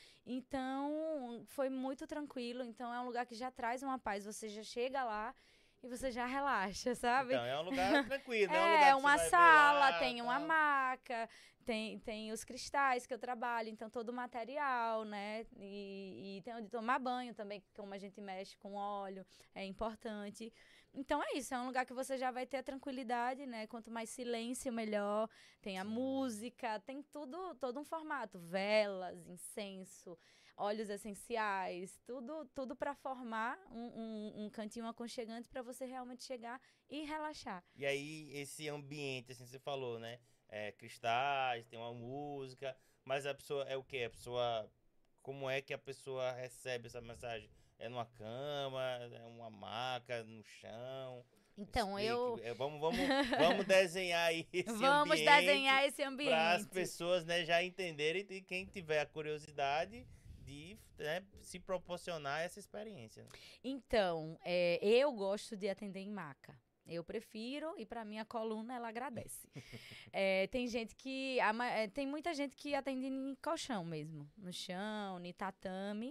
Speaker 2: então foi muito tranquilo, então é um lugar que já traz uma paz, você já chega lá e você já relaxa, sabe?
Speaker 1: Então, é um lugar tranquilo, não é um
Speaker 2: É,
Speaker 1: lugar que
Speaker 2: uma
Speaker 1: você vai
Speaker 2: sala,
Speaker 1: ver lá,
Speaker 2: tem uma
Speaker 1: tal.
Speaker 2: maca, tem, tem os cristais que eu trabalho, então todo o material, né? E, e tem onde tomar banho também, como a gente mexe com óleo, é importante. Então é isso, é um lugar que você já vai ter a tranquilidade, né? Quanto mais silêncio, melhor. Tem a
Speaker 1: Sim.
Speaker 2: música, tem tudo, todo um formato, velas, incenso, óleos essenciais, tudo, tudo para formar um, um, um cantinho aconchegante para você realmente chegar e relaxar.
Speaker 1: E aí, esse ambiente, assim, você falou, né? É, cristais, tem uma música, mas a pessoa é o quê? A pessoa, como é que a pessoa recebe essa mensagem? É numa cama, é uma maca, no chão?
Speaker 2: Então,
Speaker 1: Explique.
Speaker 2: eu...
Speaker 1: É, vamos, vamos, vamos desenhar aí esse
Speaker 2: Vamos
Speaker 1: ambiente
Speaker 2: desenhar esse
Speaker 1: para as
Speaker 2: ambiente.
Speaker 1: pessoas, né, já entenderem e quem tiver a curiosidade de, né, se proporcionar essa experiência.
Speaker 2: Então, é, eu gosto de atender em maca. Eu prefiro e para mim a coluna ela agradece. É, tem gente que a ma- é, tem muita gente que atende em colchão mesmo, no chão, no tatame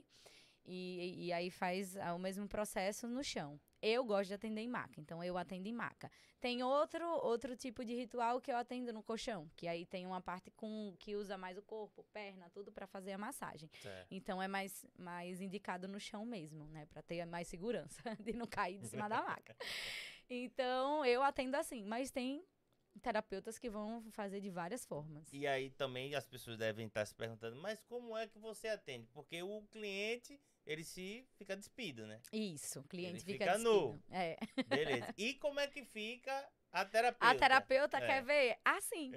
Speaker 2: e, e aí faz ah, o mesmo processo no chão. Eu gosto de atender em maca, então eu atendo em maca. Tem outro outro tipo de ritual que eu atendo no colchão, que aí tem uma parte com que usa mais o corpo, perna, tudo para fazer a massagem.
Speaker 1: Certo.
Speaker 2: Então é mais, mais indicado no chão mesmo, né? Pra ter mais segurança de não cair de cima da maca. Então eu atendo assim, mas tem terapeutas que vão fazer de várias formas.
Speaker 1: E aí também as pessoas devem estar se perguntando, mas como é que você atende? Porque o cliente, ele se fica despido, né?
Speaker 2: Isso, o cliente
Speaker 1: Ele
Speaker 2: fica,
Speaker 1: fica nu.
Speaker 2: despido. É.
Speaker 1: Beleza. E como é que fica a terapeuta?
Speaker 2: A terapeuta
Speaker 1: É.
Speaker 2: quer ver assim.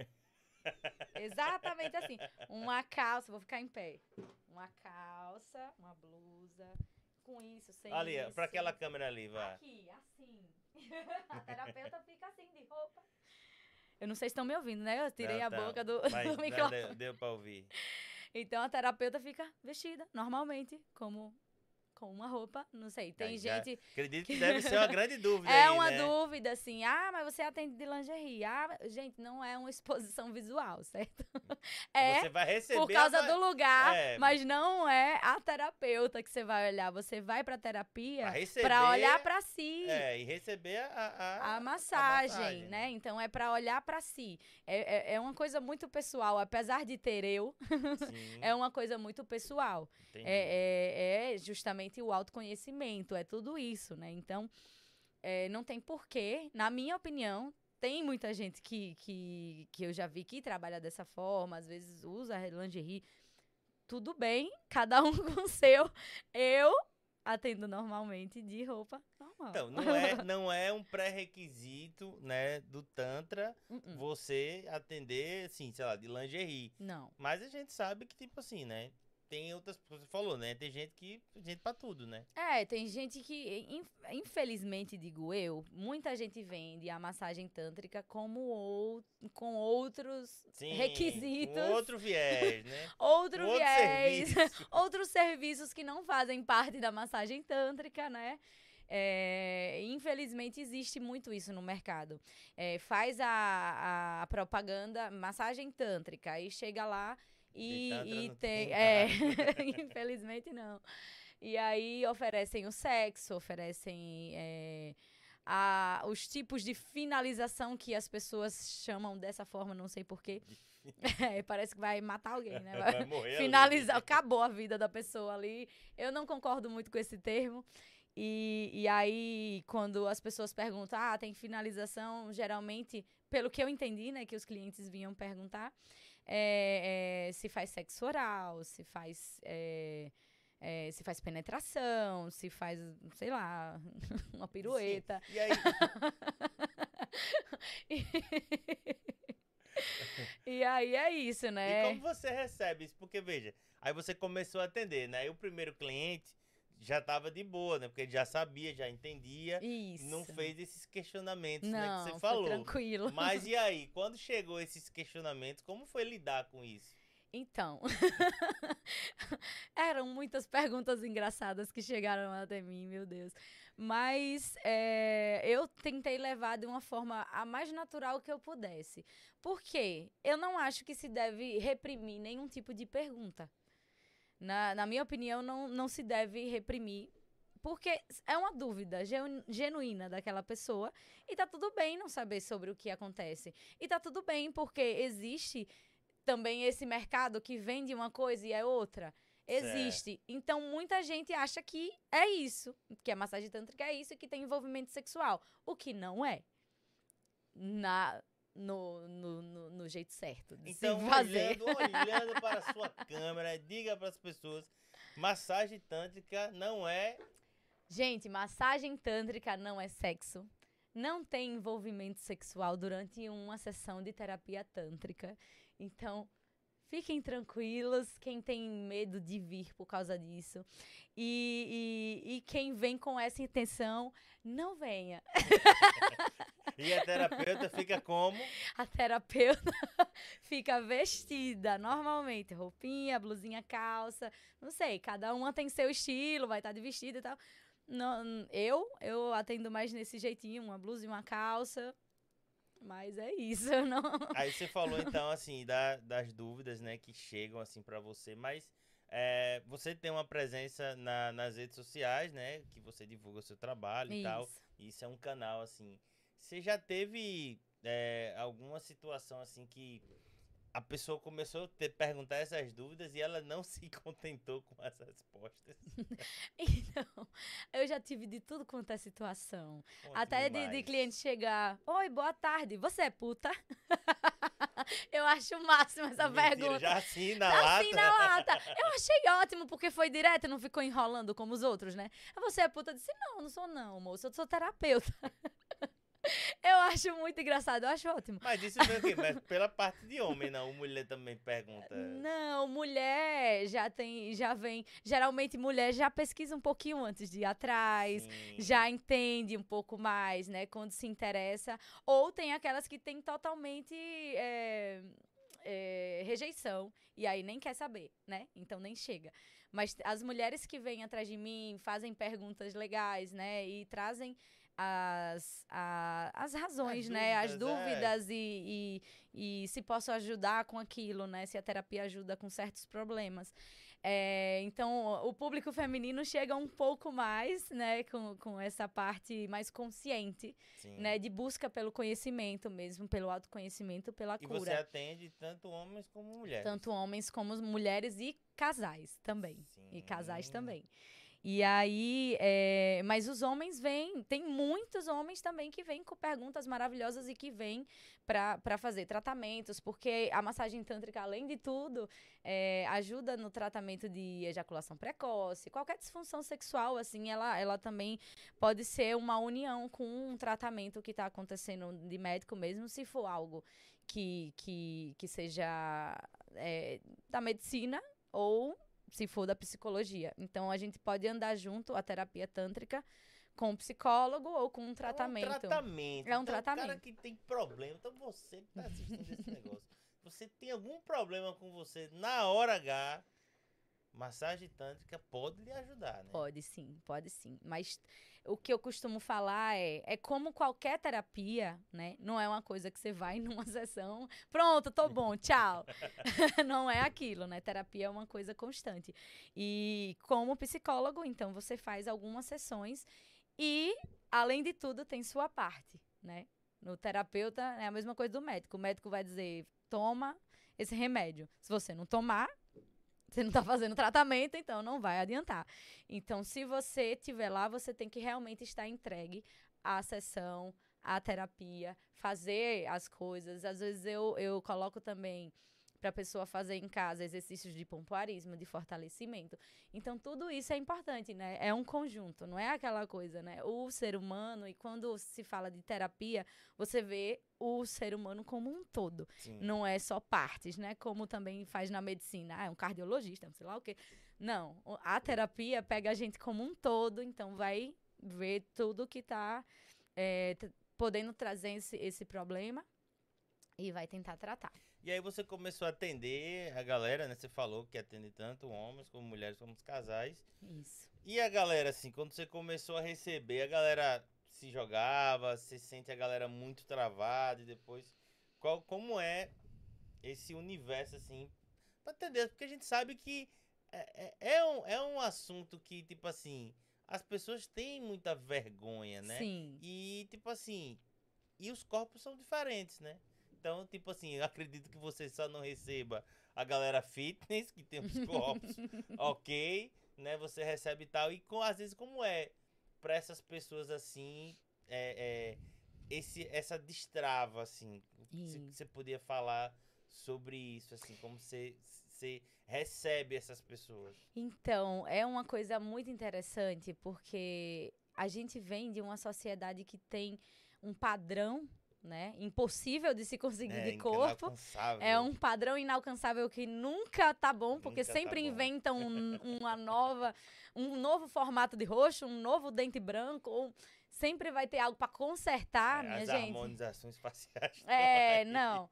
Speaker 2: Exatamente assim. Uma calça, vou ficar em pé. Uma calça, uma blusa, com isso, sem
Speaker 1: Ali,
Speaker 2: isso.
Speaker 1: para aquela câmera ali, vai.
Speaker 2: Aqui, assim. A terapeuta fica assim, de roupa. Eu não sei se estão me ouvindo, né? Eu tirei
Speaker 1: Não,
Speaker 2: a
Speaker 1: tá.
Speaker 2: boca do,
Speaker 1: Mas
Speaker 2: do
Speaker 1: deu,
Speaker 2: microfone.
Speaker 1: deu, deu pra ouvir.
Speaker 2: Então a terapeuta fica vestida normalmente, como com uma roupa, não sei. Tem
Speaker 1: Aí já
Speaker 2: gente.
Speaker 1: acredito que deve ser uma grande dúvida
Speaker 2: É
Speaker 1: aí,
Speaker 2: uma
Speaker 1: né?
Speaker 2: dúvida, assim, ah, mas você atende de lingerie. Ah, gente, não é uma exposição visual, certo? É
Speaker 1: Você vai receber
Speaker 2: por causa
Speaker 1: a...
Speaker 2: do lugar,
Speaker 1: É.
Speaker 2: mas não é a terapeuta que você vai olhar. Você vai pra
Speaker 1: Pra
Speaker 2: terapia
Speaker 1: receber...
Speaker 2: pra olhar pra si.
Speaker 1: É, e receber a, a,
Speaker 2: A massagem,
Speaker 1: a massagem,
Speaker 2: né? Então é pra olhar pra si. É, é, é uma coisa muito pessoal, apesar de ter eu,
Speaker 1: Sim,
Speaker 2: é uma coisa muito pessoal.
Speaker 1: entendi.
Speaker 2: É, é, é justamente o autoconhecimento, é tudo isso, né? Então, é, não tem porquê, na minha opinião, tem muita gente que, que, que eu já vi que trabalha dessa forma, às vezes usa lingerie. Tudo bem, cada um com o seu. Eu atendo normalmente de roupa normal.
Speaker 1: Então, não é, não é um pré-requisito, né, do Tantra
Speaker 2: Uh-uh.
Speaker 1: você atender, assim, sei lá, de lingerie.
Speaker 2: Não.
Speaker 1: Mas a gente sabe que, tipo assim, né, tem outras, você falou, né, tem gente que, gente pra tudo, né?
Speaker 2: É, tem gente que, in- infelizmente, digo eu, muita gente vende a massagem tântrica como ou, com outros
Speaker 1: Sim,
Speaker 2: requisitos,
Speaker 1: com outro viés, né?
Speaker 2: outro
Speaker 1: Com outro
Speaker 2: viés,
Speaker 1: serviço.
Speaker 2: outros serviços que não fazem parte da massagem tântrica, né? É, infelizmente existe muito isso no mercado. É, faz a, a propaganda massagem tântrica, aí chega lá e,
Speaker 1: De Tantra
Speaker 2: e
Speaker 1: não
Speaker 2: tem.
Speaker 1: tem
Speaker 2: É,
Speaker 1: nada.
Speaker 2: infelizmente não. E aí oferecem o sexo, oferecem é, a, os tipos de finalização que as pessoas chamam dessa forma, não sei porquê. É, parece que vai matar alguém, né? Vai
Speaker 1: Vai morrer ali.
Speaker 2: finalizar, acabou a vida da pessoa ali. Eu não concordo muito com esse termo. E, e aí, quando as pessoas perguntam, ah, tem finalização, geralmente, pelo que eu entendi, né, que os clientes vinham perguntar, é, é, se faz sexo oral, se faz, é, é, se faz penetração, se faz, sei lá, uma pirueta.
Speaker 1: Sim. E aí,
Speaker 2: E aí é isso,
Speaker 1: E
Speaker 2: né?
Speaker 1: como você recebe isso? Porque, veja, aí você começou a atender, né? E o primeiro cliente já tava de boa, né? Porque ele já sabia, já entendia, não
Speaker 2: Isso.
Speaker 1: fez esses questionamentos, né, que você
Speaker 2: Não, foi
Speaker 1: falou.
Speaker 2: tranquilo.
Speaker 1: Mas e aí, quando chegou esses questionamentos, como foi lidar com isso?
Speaker 2: Então, eram muitas perguntas engraçadas que chegaram até mim, meu Deus. Mas é, eu tentei levar de uma forma a mais natural que eu pudesse. Por quê? Eu não acho que se deve reprimir nenhum tipo de pergunta. Na, na minha opinião, não, não se deve reprimir. Porque é uma dúvida genu- genuína daquela pessoa. E tá tudo bem não saber sobre o que acontece. E tá tudo bem porque existe também esse mercado que vende uma coisa e é outra.
Speaker 1: Certo.
Speaker 2: Existe. Então, muita gente acha que é isso, que a massagem tântrica é isso e que tem envolvimento sexual. O que não é. Na, no, no, no, no jeito certo de
Speaker 1: Então,
Speaker 2: se fazer.
Speaker 1: olhando, olhando para a sua câmera, diga para as pessoas, massagem tântrica não é...
Speaker 2: Gente, massagem tântrica não é sexo. Não tem envolvimento sexual durante uma sessão de terapia tântrica. Então, fiquem tranquilos, quem tem medo de vir por causa disso. E, e, e quem vem com essa intenção, não venha.
Speaker 1: E a terapeuta fica como?
Speaker 2: A terapeuta fica vestida normalmente, roupinha, blusinha, calça, não sei, cada uma tem seu estilo, vai estar de vestido e tal. Não, eu, eu atendo mais nesse jeitinho, uma blusa e uma calça, mas é isso, não...
Speaker 1: Aí você falou então assim da- das dúvidas, né, que chegam assim para você, mas é, você tem uma presença na- nas redes sociais, né, que você divulga o seu trabalho e tal.
Speaker 2: Isso.
Speaker 1: E isso é um canal assim. Você já teve é, alguma situação assim que a pessoa começou a ter, perguntar essas dúvidas e ela não se contentou com as respostas?
Speaker 2: Então, eu já tive de tudo quanto é situação.
Speaker 1: Conte
Speaker 2: Até de, de
Speaker 1: mais.
Speaker 2: cliente chegar, oi, boa tarde, você é puta? Eu acho o máximo essa
Speaker 1: Mentira,
Speaker 2: pergunta.
Speaker 1: já assim na
Speaker 2: Tá
Speaker 1: lata?
Speaker 2: assim na lata. Eu achei ótimo, porque foi direto, não ficou enrolando como os outros, né? Aí você é puta? Eu disse, não, não sou não, moço, eu sou terapeuta. Eu acho muito engraçado, eu acho ótimo.
Speaker 1: Mas isso veio o quê? Mas pela parte de homem, não. Mulher também pergunta.
Speaker 2: Não, mulher já tem, já vem. Geralmente mulher já pesquisa um pouquinho antes de ir atrás,
Speaker 1: Sim.
Speaker 2: já entende um pouco mais, né, quando se interessa. Ou tem aquelas que têm totalmente é, é, rejeição e aí nem quer saber, né? Então nem chega. Mas as mulheres que vêm atrás de mim fazem perguntas legais, né, e trazem as, a- as razões,
Speaker 1: As
Speaker 2: né? As
Speaker 1: dúvidas, é.
Speaker 2: dúvidas e, e, e se posso ajudar com aquilo, né? Se a terapia ajuda com certos problemas. É, então, o público feminino chega um pouco mais, né? Com, com essa parte mais consciente,
Speaker 1: Sim.
Speaker 2: né? De busca pelo conhecimento mesmo, pelo autoconhecimento, pela
Speaker 1: E
Speaker 2: cura.
Speaker 1: você atende tanto homens como mulheres.
Speaker 2: Tanto homens como mulheres e casais também.
Speaker 1: Sim.
Speaker 2: E casais também. E aí, é, mas os homens vêm, tem muitos homens também que vêm com perguntas maravilhosas e que vêm para fazer tratamentos, porque a massagem tântrica, além de tudo, é, ajuda no tratamento de ejaculação precoce, qualquer disfunção sexual, assim, ela, ela também pode ser uma união com um tratamento que está acontecendo de médico mesmo, se for algo que, que, que seja é, da medicina ou se for da psicologia. Então, a gente pode andar junto, a terapia tântrica, com um psicólogo ou com um tratamento.
Speaker 1: É um tratamento.
Speaker 2: É um
Speaker 1: então,
Speaker 2: tratamento.
Speaker 1: O cara que tem problema, então você que tá assistindo esse negócio, você tem algum problema com você na hora H, massagem tântrica pode lhe ajudar, né?
Speaker 2: Pode sim, pode sim. Mas o que eu costumo falar é, é como qualquer terapia, né? Não é uma coisa que você vai numa sessão, pronto, tô bom, tchau. Não é aquilo, né? Terapia é uma coisa constante. E como psicólogo, então, você faz algumas sessões e, além de tudo, tem sua parte, né? No terapeuta é a mesma coisa do médico. O médico vai dizer, toma esse remédio. Se você não tomar, você não tá fazendo tratamento, então não vai adiantar. Então, se você estiver lá, você tem que realmente estar entregue à sessão, à terapia, fazer as coisas. Às vezes eu, eu coloco também para a pessoa fazer em casa exercícios de pompoarismo, de fortalecimento. Então, tudo isso é importante, né? É um conjunto, não é aquela coisa, né? O ser humano, e quando se fala de terapia, você vê o ser humano como um todo.
Speaker 1: Sim.
Speaker 2: Não é só partes, né? Como também faz na medicina. Ah, é um cardiologista, não sei lá o quê. Não, a terapia pega a gente como um todo, então vai ver tudo que está é, podendo trazer esse, esse problema e vai tentar tratar.
Speaker 1: E aí você começou a atender a galera, né? Você falou que atende tanto homens como mulheres, como os casais.
Speaker 2: Isso.
Speaker 1: E a galera, assim, quando você começou a receber, a galera se jogava, você sente a galera muito travada e depois... Qual, como é esse universo, assim, pra entender? Porque a gente sabe que é, é, é, um, é um assunto que, tipo assim, as pessoas têm muita vergonha, né?
Speaker 2: Sim.
Speaker 1: E, tipo assim, e os corpos são diferentes, né? Então, tipo assim, eu acredito que você só não receba a galera fitness, que tem os corpos ok, né? Você recebe tal. E com, às vezes, como é pra essas pessoas assim, é, é, esse, essa destrava, assim,
Speaker 2: Sim.
Speaker 1: você podia falar sobre isso, assim, como você, você recebe essas pessoas?
Speaker 2: Então, é uma coisa muito interessante, porque a gente vem de uma sociedade que tem um padrão, né, impossível de se conseguir
Speaker 1: É,
Speaker 2: de corpo.
Speaker 1: inalcançável.
Speaker 2: É um padrão inalcançável que nunca tá bom, porque
Speaker 1: Nunca tá
Speaker 2: sempre
Speaker 1: bom.
Speaker 2: inventam um, uma nova, um novo formato de rosto, um novo dente branco, ou sempre vai ter algo para consertar,
Speaker 1: É,
Speaker 2: minha
Speaker 1: as
Speaker 2: gente.
Speaker 1: harmonizações faciais.
Speaker 2: É, não.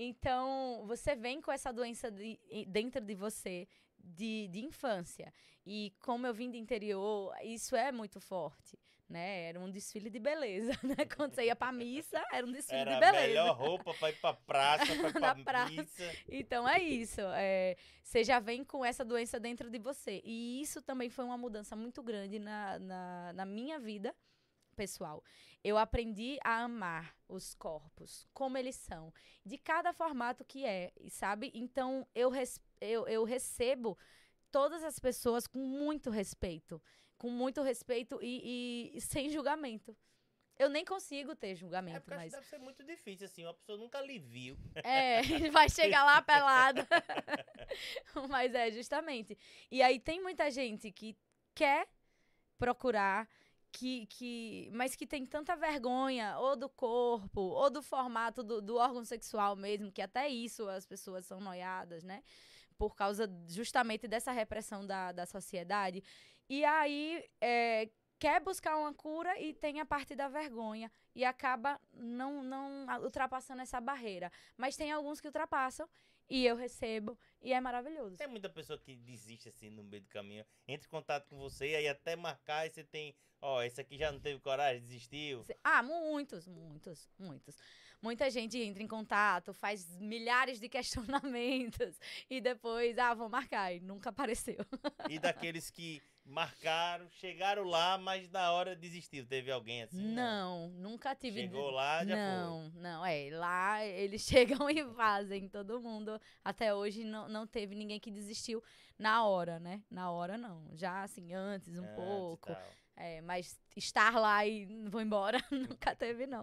Speaker 2: Então, você vem com essa doença de, dentro de você de, de infância. E como eu vim do interior, isso é muito forte. Né? Era um desfile de beleza, né? Quando você ia pra missa, era um desfile
Speaker 1: Era
Speaker 2: de
Speaker 1: a
Speaker 2: beleza.
Speaker 1: melhor roupa pra ir pra praça, pra ir pra
Speaker 2: Na praça.
Speaker 1: missa.
Speaker 2: Então é isso. É, você já vem com essa doença dentro de você. E isso também foi uma mudança muito grande na, na, na minha vida pessoal. Eu aprendi a amar os corpos, como eles são, de cada formato que é, sabe? Então eu, res, eu, eu recebo todas as pessoas com muito respeito. Com muito respeito e, e, e sem julgamento. Eu nem consigo ter julgamento,
Speaker 1: É porque acho
Speaker 2: mas...
Speaker 1: que deve ser muito difícil, assim, uma pessoa nunca lhe viu.
Speaker 2: É, vai chegar lá pelada. Mas é, justamente. E aí tem muita gente que quer procurar, que, que, mas que tem tanta vergonha, ou do corpo, ou do formato do, do órgão sexual mesmo, que até isso as pessoas são noiadas, né? Por causa justamente dessa repressão da, da sociedade. E aí é, quer buscar uma cura e tem a parte da vergonha. E acaba não, não ultrapassando essa barreira. Mas tem alguns que ultrapassam e eu recebo e é maravilhoso.
Speaker 1: Tem muita pessoa que desiste assim no meio do caminho, entra em contato com você, aí até marcar, e você tem, ó, esse aqui já não teve coragem, desistiu.
Speaker 2: Ah, muitos, muitos, muitos. Muita gente entra em contato, faz milhares de questionamentos e depois, ah, vou marcar, e nunca apareceu.
Speaker 1: E daqueles que marcaram, chegaram lá, mas na hora desistiu. Teve alguém assim?
Speaker 2: Não, nunca tive.
Speaker 1: Chegou lá, já
Speaker 2: não, foi. Não, é, lá eles chegam e fazem, todo mundo. Até hoje não, não teve ninguém que desistiu na hora, né? Na hora não, já assim, antes um
Speaker 1: Antes,
Speaker 2: pouco.
Speaker 1: tal.
Speaker 2: É, mas estar lá e vou embora, nunca teve não.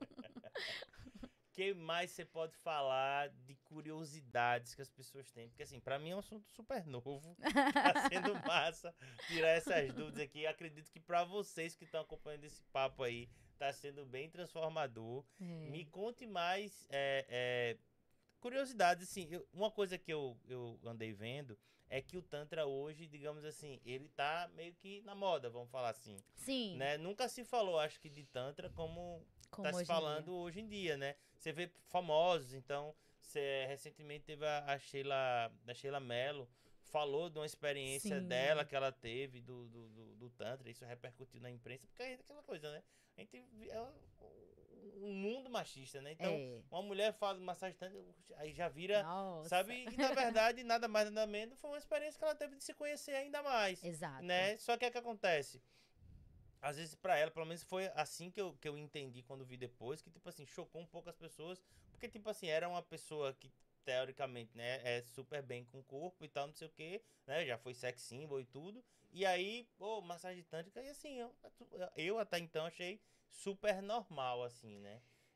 Speaker 1: O que mais você pode falar de curiosidades que as pessoas têm? Porque, assim, pra mim é um assunto super novo. Tá sendo massa tirar essas dúvidas aqui. Acredito que pra vocês que estão acompanhando esse papo aí, tá sendo bem transformador.
Speaker 2: É.
Speaker 1: Me conte mais é, é, curiosidades. Assim, eu, uma coisa que eu, eu andei vendo é que o Tantra hoje, digamos assim, ele tá meio que na moda, vamos falar assim.
Speaker 2: Sim.
Speaker 1: Né? Nunca se falou, acho que, de Tantra como...
Speaker 2: Como
Speaker 1: tá se falando hoje em dia, né? Você vê famosos, então, você recentemente teve a, a Sheila, a Sheila Mello, falou de uma experiência
Speaker 2: Sim.
Speaker 1: dela que ela teve do, do, do, do Tantra, isso repercutiu na imprensa, porque é aquela coisa, né? A gente é um mundo machista, né? Então,
Speaker 2: É.
Speaker 1: uma mulher fala de massagem Tantra, aí já vira,
Speaker 2: Nossa.
Speaker 1: sabe? E, na verdade, nada mais, nada menos, foi uma experiência que ela teve de se conhecer ainda mais.
Speaker 2: Exato.
Speaker 1: Né? Só que é que acontece? Às vezes pra ela, pelo menos foi assim que eu, que eu entendi quando vi depois, que tipo assim, chocou um pouco as pessoas, porque tipo assim, era uma pessoa que teoricamente, né, é super bem com o corpo e tal, não sei o que, né, já foi sex symbol e tudo, e aí, pô, massagem tântrica, e assim, eu, eu até então achei super normal, assim, né.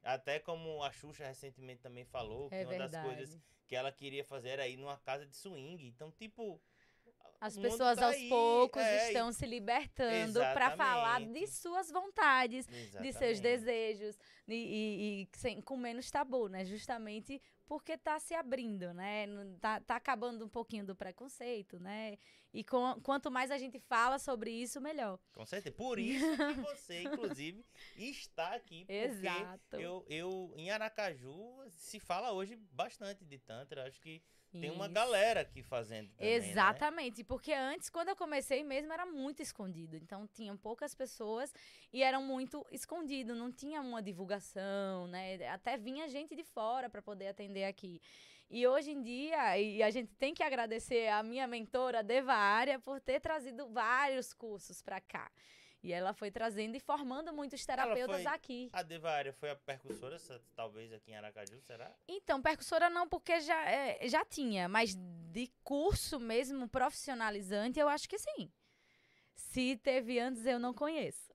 Speaker 1: Até como a Xuxa recentemente também falou, que
Speaker 2: É
Speaker 1: uma das
Speaker 2: verdade.
Speaker 1: coisas que ela queria fazer era ir numa casa de swing. Então, tipo,
Speaker 2: As
Speaker 1: o mundo
Speaker 2: pessoas
Speaker 1: tá
Speaker 2: aos
Speaker 1: aí,
Speaker 2: poucos
Speaker 1: é,
Speaker 2: estão
Speaker 1: e-
Speaker 2: se libertando para falar de
Speaker 1: Exatamente.
Speaker 2: suas vontades, de seus
Speaker 1: Exatamente.
Speaker 2: desejos e, e- e sem, com menos tabu, né? Justamente porque tá se abrindo, né? Não- Tá, tá acabando um pouquinho do preconceito, né? E com- quanto mais a gente fala sobre isso, melhor.
Speaker 1: Com certeza. Por isso que você, inclusive, está aqui. Porque
Speaker 2: Exato.
Speaker 1: eu, eu, em Aracaju, se fala hoje bastante de Tantra. Acho que tem uma
Speaker 2: Isso.
Speaker 1: galera aqui fazendo também, né?
Speaker 2: Exatamente, porque antes, quando eu comecei mesmo, era muito escondido. Então, tinham poucas pessoas e eram muito escondido, não tinha uma divulgação, né? Até vinha gente de fora para poder atender aqui. E hoje em dia, e a gente tem que agradecer a minha mentora, Deva Área, por ter trazido vários cursos para cá. E ela foi trazendo e formando muitos terapeutas
Speaker 1: foi-
Speaker 2: aqui.
Speaker 1: A Devaária foi a percussora, sa- talvez, aqui em Aracaju, será?
Speaker 2: Então, percussora não, porque já, é, já tinha, mas de curso mesmo, profissionalizante, eu acho que sim. Se teve antes, eu não conheço.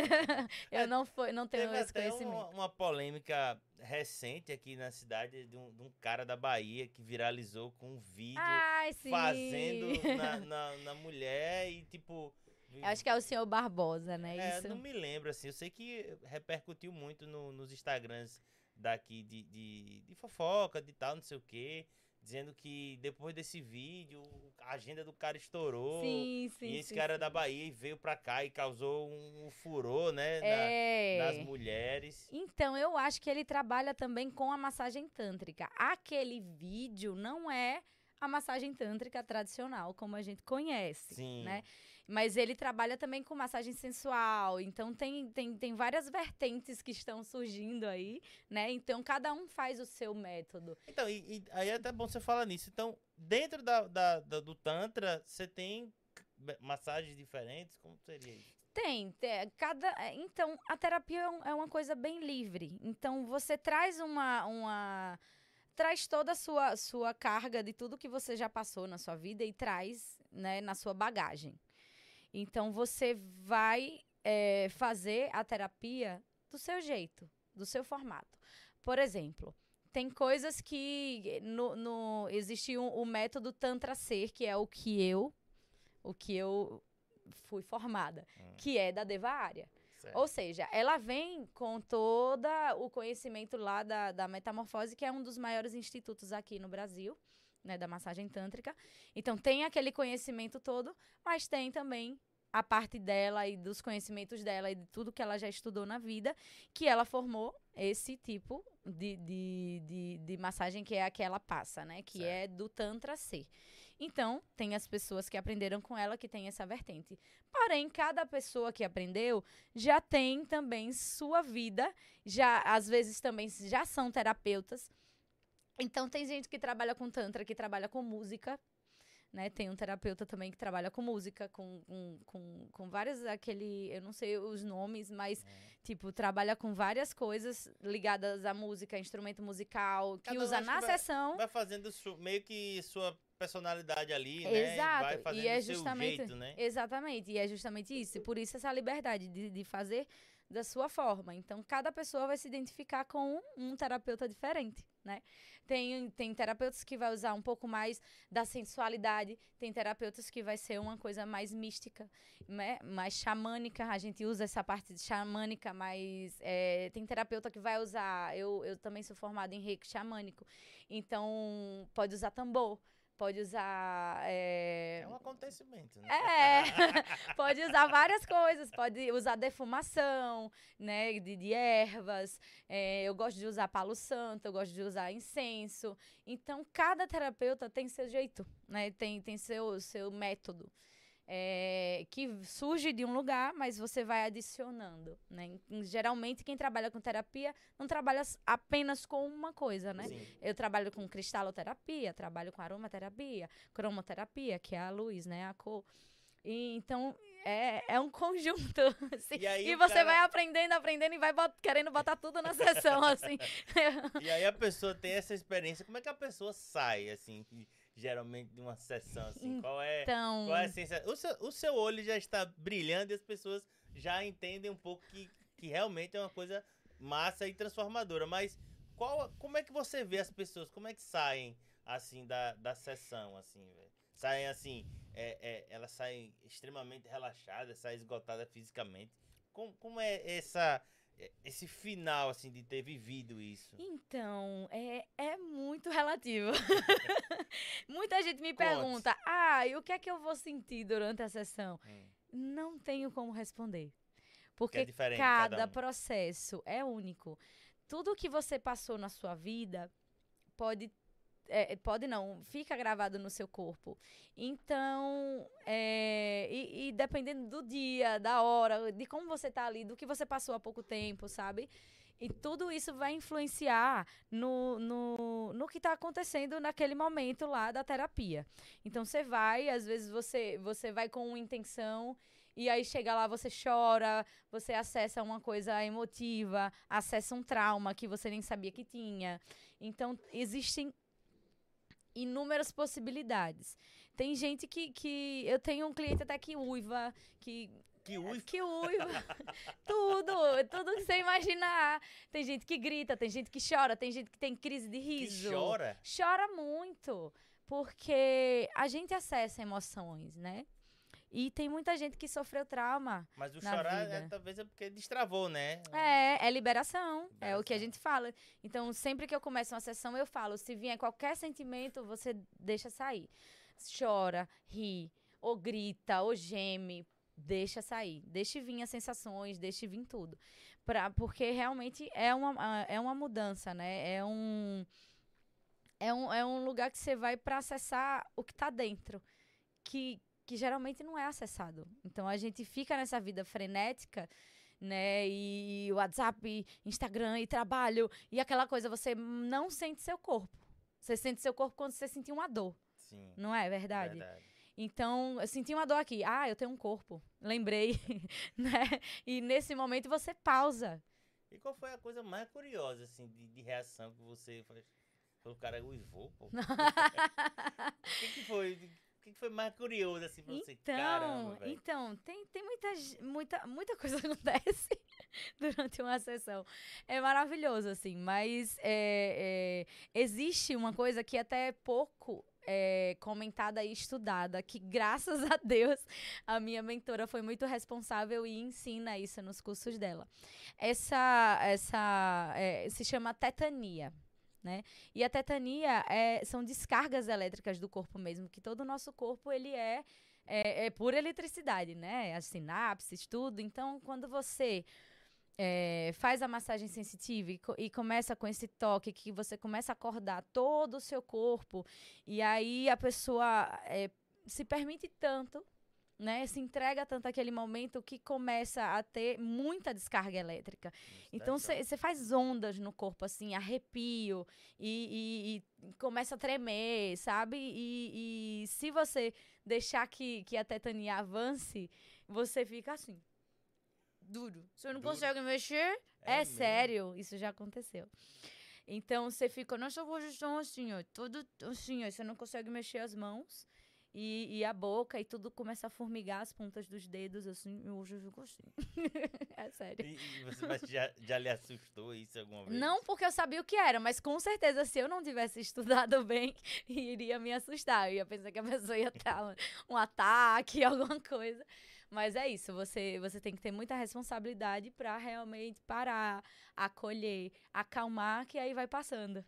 Speaker 2: eu
Speaker 1: É,
Speaker 2: não, foi, não tenho
Speaker 1: Teve
Speaker 2: esse
Speaker 1: até
Speaker 2: conhecimento.
Speaker 1: uma, uma polêmica recente aqui na cidade de um, de um cara da Bahia que viralizou com um vídeo
Speaker 2: Ai, sim.
Speaker 1: fazendo na, na, na mulher e, tipo...
Speaker 2: Eu acho que é o senhor Barbosa, né?
Speaker 1: É,
Speaker 2: Isso.
Speaker 1: não me lembro, assim. Eu sei que repercutiu muito no- nos Instagrams daqui de, de, de fofoca, de tal, não sei o quê. Dizendo que depois desse vídeo, a agenda do cara estourou.
Speaker 2: Sim, sim.
Speaker 1: E esse
Speaker 2: sim,
Speaker 1: cara
Speaker 2: sim.
Speaker 1: da Bahia e veio pra cá e causou um, um furor, né? na-
Speaker 2: É.
Speaker 1: nas mulheres.
Speaker 2: Então, eu acho que ele trabalha também com a massagem tântrica. Aquele vídeo não é a massagem tântrica tradicional, como a gente conhece,
Speaker 1: Sim.
Speaker 2: né? Mas ele trabalha também com massagem sensual. Então, tem, tem, tem várias vertentes que estão surgindo aí, né? Então, cada um faz o seu método.
Speaker 1: Então, e, e aí é até bom você falar nisso. Então, dentro da, da- da- do Tantra, você tem c- massagens diferentes? Como seria isso?
Speaker 2: Tem, te- cada. é, Então, a terapia é, um- é uma coisa bem livre. Então, você traz uma. uma traz toda a sua, sua carga de tudo que você já passou na sua vida e traz, né, na sua bagagem. Então, você vai é, fazer a terapia do seu jeito, do seu formato. Por exemplo, tem coisas que no, no, existe um, o método Tantra Ser, que é o que eu, o que eu fui formada,
Speaker 1: Hum.
Speaker 2: que é da Deva Área.
Speaker 1: Certo.
Speaker 2: Ou seja, ela vem com todo o conhecimento lá da, da Metamorfose, que é um dos maiores institutos aqui no Brasil, né, da massagem tântrica. Então, tem aquele conhecimento todo, mas tem também a parte dela e dos conhecimentos dela e de tudo que ela já estudou na vida, que ela formou esse tipo de, de, de, de massagem que é a que ela passa, né? Que
Speaker 1: Certo.
Speaker 2: é do Tantra Ser. Então, tem as pessoas que aprenderam com ela que tem essa vertente. Porém, cada pessoa que aprendeu já tem também sua vida, já às vezes também já são terapeutas. Então, tem gente que trabalha com Tantra, que trabalha com música, né? Tem um terapeuta também que trabalha com música, com, com, com, com vários, aquele, eu não sei os nomes, mas, tipo, trabalha com várias coisas ligadas à música, instrumento musical, que
Speaker 1: Cada um
Speaker 2: usa
Speaker 1: acho
Speaker 2: na
Speaker 1: que vai-
Speaker 2: sessão.
Speaker 1: Vai fazendo su- meio que sua personalidade ali, né? E
Speaker 2: Exato,
Speaker 1: vai
Speaker 2: e
Speaker 1: fazendo
Speaker 2: é
Speaker 1: o seu
Speaker 2: justamente,
Speaker 1: jeito, né?
Speaker 2: exatamente, e é justamente isso. E por isso essa liberdade de, de fazer da sua forma. Então, cada pessoa vai se identificar com um, um terapeuta diferente, né? Tem, tem terapeutas que vai usar um pouco mais da sensualidade, tem terapeutas que vai ser uma coisa mais mística, né? Mais xamânica, a gente usa essa parte de xamânica, mas é, tem terapeuta que vai usar, eu, eu também sou formada em reiki xamânico, então pode usar tambor, pode usar... É,
Speaker 1: É um acontecimento, né?
Speaker 2: é, pode usar várias coisas, pode usar defumação, né, de, de ervas, é, eu gosto de usar palo santo, eu gosto de usar incenso, então cada terapeuta tem seu jeito, né, tem, tem seu, seu método, é, que surge de um lugar, mas você vai adicionando, né, geralmente quem trabalha com terapia não trabalha apenas com uma coisa, né,
Speaker 1: Sim.
Speaker 2: eu trabalho com cristaloterapia, trabalho com aromaterapia, cromoterapia, que é a luz, né? A cor. E, então, é, é um conjunto. Assim,
Speaker 1: E aí
Speaker 2: e
Speaker 1: o
Speaker 2: você
Speaker 1: cara-
Speaker 2: vai aprendendo, aprendendo e vai bot- querendo botar tudo na sessão, assim.
Speaker 1: E aí a pessoa tem essa experiência. Como é que a pessoa sai, assim, que- geralmente de uma sessão, assim? Qual é,
Speaker 2: Então,
Speaker 1: qual é a sensação? O seu, o seu olho já está brilhando e as pessoas já entendem um pouco que, que realmente é uma coisa massa e transformadora. Mas qual, como é que você vê as pessoas? Como é que saem, assim, da, da sessão, assim, velho? Saem, assim, é, é, elas saem extremamente relaxadas, saem esgotadas fisicamente. Como, como é essa, esse final, assim, de ter vivido isso?
Speaker 2: Então, é, é muito relativo. Muita gente me
Speaker 1: Conte.
Speaker 2: pergunta, ah, e o que é que eu vou sentir durante a sessão?
Speaker 1: Hum.
Speaker 2: Não tenho como responder.
Speaker 1: Que é
Speaker 2: Porque
Speaker 1: diferente
Speaker 2: cada,
Speaker 1: cada um.
Speaker 2: processo é único. Tudo que você passou na sua vida pode, é, pode não, fica gravado no seu corpo. Então, é, e, e dependendo do dia, da hora, de como você tá ali, do que você passou há pouco tempo, sabe? E tudo isso vai influenciar no, no, no que está acontecendo naquele momento lá da terapia. Então, você vai, às vezes você, você vai com uma intenção, e aí chega lá, você chora, você acessa uma coisa emotiva, acessa um trauma que você nem sabia que tinha. Então, existem inúmeras possibilidades. Tem gente que, que... Eu tenho um cliente até que uiva, que...
Speaker 1: Que uiva?
Speaker 2: Que uiva. Tudo, tudo que você imaginar. Tem gente que grita, tem gente que chora, tem gente que tem crise de riso.
Speaker 1: Que chora?
Speaker 2: Chora muito, porque a gente acessa emoções, né? E tem muita gente que sofreu trauma.
Speaker 1: Mas o
Speaker 2: na
Speaker 1: chorar
Speaker 2: vida.
Speaker 1: é, talvez é porque destravou, né?
Speaker 2: É, é liberação, é o que a
Speaker 1: Liberação.
Speaker 2: gente fala. Então, sempre que eu começo uma sessão, eu falo, se vier qualquer sentimento, você deixa sair. Chora, ri, ou grita, ou geme, deixa sair. Deixe vir as sensações, deixe vir tudo. Pra, porque realmente é uma, é uma mudança, né? É um, é um, é um lugar que você vai para acessar o que tá dentro. Que, que geralmente não é acessado. Então, a gente fica nessa vida frenética, né, e WhatsApp, Instagram e trabalho, e aquela coisa, você não sente seu corpo. Você sente seu corpo quando você sentir uma dor.
Speaker 1: Sim.
Speaker 2: Não é verdade?
Speaker 1: Verdade.
Speaker 2: Então, eu senti uma dor aqui. Ah, eu tenho um corpo. Lembrei, né? E nesse momento você pausa.
Speaker 1: E qual foi a coisa mais curiosa, assim, de, de reação que você faz? O cara uivou, pô. O que, que foi? O que, que foi mais curioso, assim, pra você?
Speaker 2: Então,
Speaker 1: Caramba, velho.
Speaker 2: então tem, tem muita, ge- muita, muita coisa que acontece durante uma sessão. É maravilhoso, assim, mas é, é, existe uma coisa que até é pouco é, comentada e estudada, que graças a Deus a minha mentora foi muito responsável e ensina isso nos cursos dela. Essa, essa é, se chama tetania. Né? E a tetania é, são descargas elétricas do corpo mesmo, que todo o nosso corpo ele é, é, é pura eletricidade, né? As sinapses, tudo. Então, quando você é, faz a massagem sensitiva e, co- e começa com esse toque, que você começa a acordar todo o seu corpo, e aí a pessoa é, se permite tanto, né? Se entrega tanto àquele momento que começa a ter muita descarga elétrica. Então
Speaker 1: Excitação.
Speaker 2: você faz ondas no corpo, assim, arrepio e, e- e começa a tremer, sabe? E, e se você deixar que, que a tetania avance, você fica assim, duro. Você não
Speaker 1: Duro.
Speaker 2: consegue mexer?
Speaker 1: É
Speaker 2: É,
Speaker 1: mesmo?
Speaker 2: sério, isso já aconteceu. Então você fica nessa posição assim, ó, todo assim, ó, você não consegue mexer as mãos. E, e a boca, e tudo começa a formigar as pontas dos dedos, assim, e hoje eu fico assim. É sério.
Speaker 1: E, e você mas já, já lhe assustou isso alguma vez?
Speaker 2: Não porque eu sabia o que era, mas com certeza, se eu não tivesse estudado bem, iria me assustar. Eu ia pensar que a pessoa ia ter um, um ataque, alguma coisa. Mas é isso, você, você tem que ter muita responsabilidade pra realmente parar, acolher, acalmar, que aí vai passando.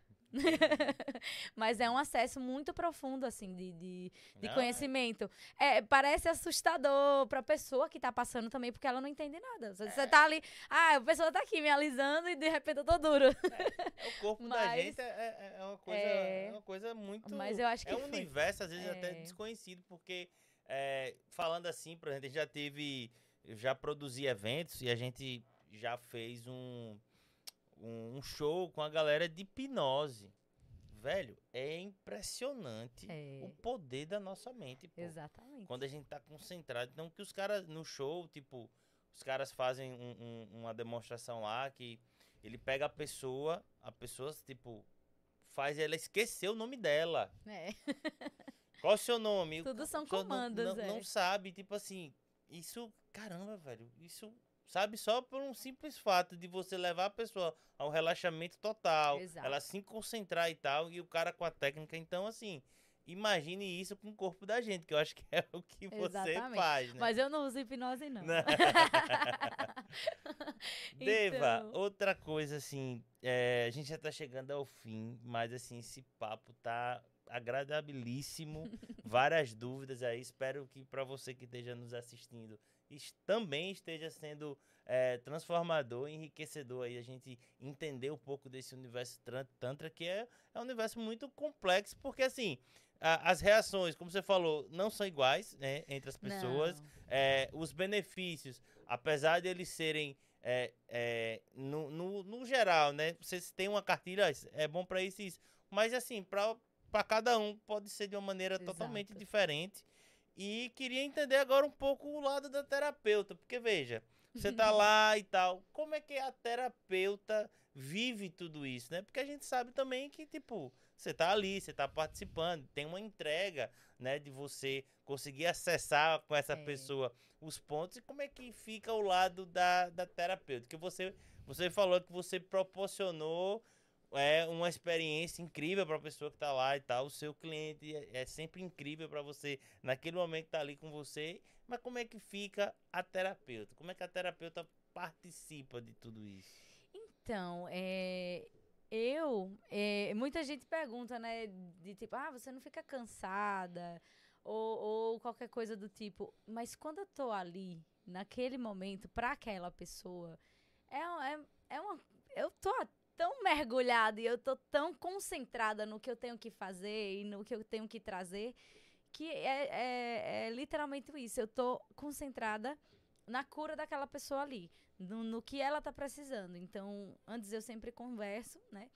Speaker 2: Mas é um acesso muito profundo, assim, de, de, de
Speaker 1: Não,
Speaker 2: conhecimento. É, parece assustador pra pessoa que tá passando também, porque ela não entende nada. Você, você tá ali, ah, a pessoa tá aqui me alisando e de repente eu tô duro.
Speaker 1: É, é o corpo da
Speaker 2: Mas-
Speaker 1: gente é, é- é uma coisa,
Speaker 2: é-
Speaker 1: é uma coisa muito...
Speaker 2: Mas eu acho que
Speaker 1: é um
Speaker 2: foi.
Speaker 1: universo, às vezes, até
Speaker 2: É.
Speaker 1: desconhecido, porque, é, falando assim, por exemplo, a gente já teve... Eu já produzi eventos e a gente já fez um, um, um show com a galera de hipnose. Velho, é impressionante
Speaker 2: É.
Speaker 1: o poder da nossa mente, pô.
Speaker 2: Exatamente.
Speaker 1: Quando a gente tá concentrado. Então, que os caras no show, tipo, os caras fazem um- um- uma demonstração lá que ele pega a pessoa, a pessoa, tipo, faz ela esquecer o nome dela.
Speaker 2: É.
Speaker 1: Qual é o seu nome?
Speaker 2: Tudo
Speaker 1: O
Speaker 2: são
Speaker 1: cara não-
Speaker 2: comandos,
Speaker 1: não,
Speaker 2: é.
Speaker 1: não sabe, tipo assim, isso, caramba, velho, isso sabe? Só por um simples fato de você levar a pessoa ao relaxamento total,
Speaker 2: Exato.
Speaker 1: ela se concentrar e tal, e o cara com a técnica. Então, assim, imagine isso com o corpo da gente, que eu acho que é o que você
Speaker 2: Exatamente.
Speaker 1: faz, né?
Speaker 2: Mas eu não uso hipnose, não.
Speaker 1: Deva,
Speaker 2: Então,
Speaker 1: outra coisa, assim, é, a gente já tá chegando ao fim, mas, assim, esse papo tá agradabilíssimo, várias dúvidas aí, espero que para você que esteja nos assistindo es- também esteja sendo é, transformador, enriquecedor aí, a gente entender um pouco desse universo tran- tantra, que é, é um universo muito complexo, porque assim, a- as reações, como você falou, não são iguais, né, entre as pessoas,
Speaker 2: não.
Speaker 1: é, os benefícios, apesar de eles serem é, é, no, no, no geral, né, você tem uma cartilha, ó, é bom para isso e isso, mas assim, para para cada um pode ser de uma maneira totalmente
Speaker 2: Exato.
Speaker 1: diferente. E queria entender agora um pouco o lado da terapeuta, porque veja, você tá lá e tal, como é que a terapeuta vive tudo isso, né? Porque a gente sabe também que, tipo, você tá ali, você tá participando, tem uma entrega, né, de você conseguir acessar com essa
Speaker 2: É.
Speaker 1: pessoa os pontos, e como é que fica o lado da, da terapeuta? Que você, você falou que você proporcionou é uma experiência incrível para a pessoa que está lá e tal. O seu cliente é, é sempre incrível para você naquele momento que tá ali com você. Mas como é que fica a terapeuta? Como é que a terapeuta participa de tudo isso?
Speaker 2: Então, é, eu, é, muita gente pergunta, né, de tipo, ah, você não fica cansada ou, ou qualquer coisa do tipo. Mas quando eu tô ali, naquele momento, pra aquela pessoa, é, um- é, é uma, eu tô tão mergulhada e eu tô tão concentrada no que eu tenho que fazer e no que eu tenho que trazer, que é, é, é literalmente isso. Eu tô concentrada na cura daquela pessoa ali, no, no que ela tá precisando. Então, antes eu sempre converso, né?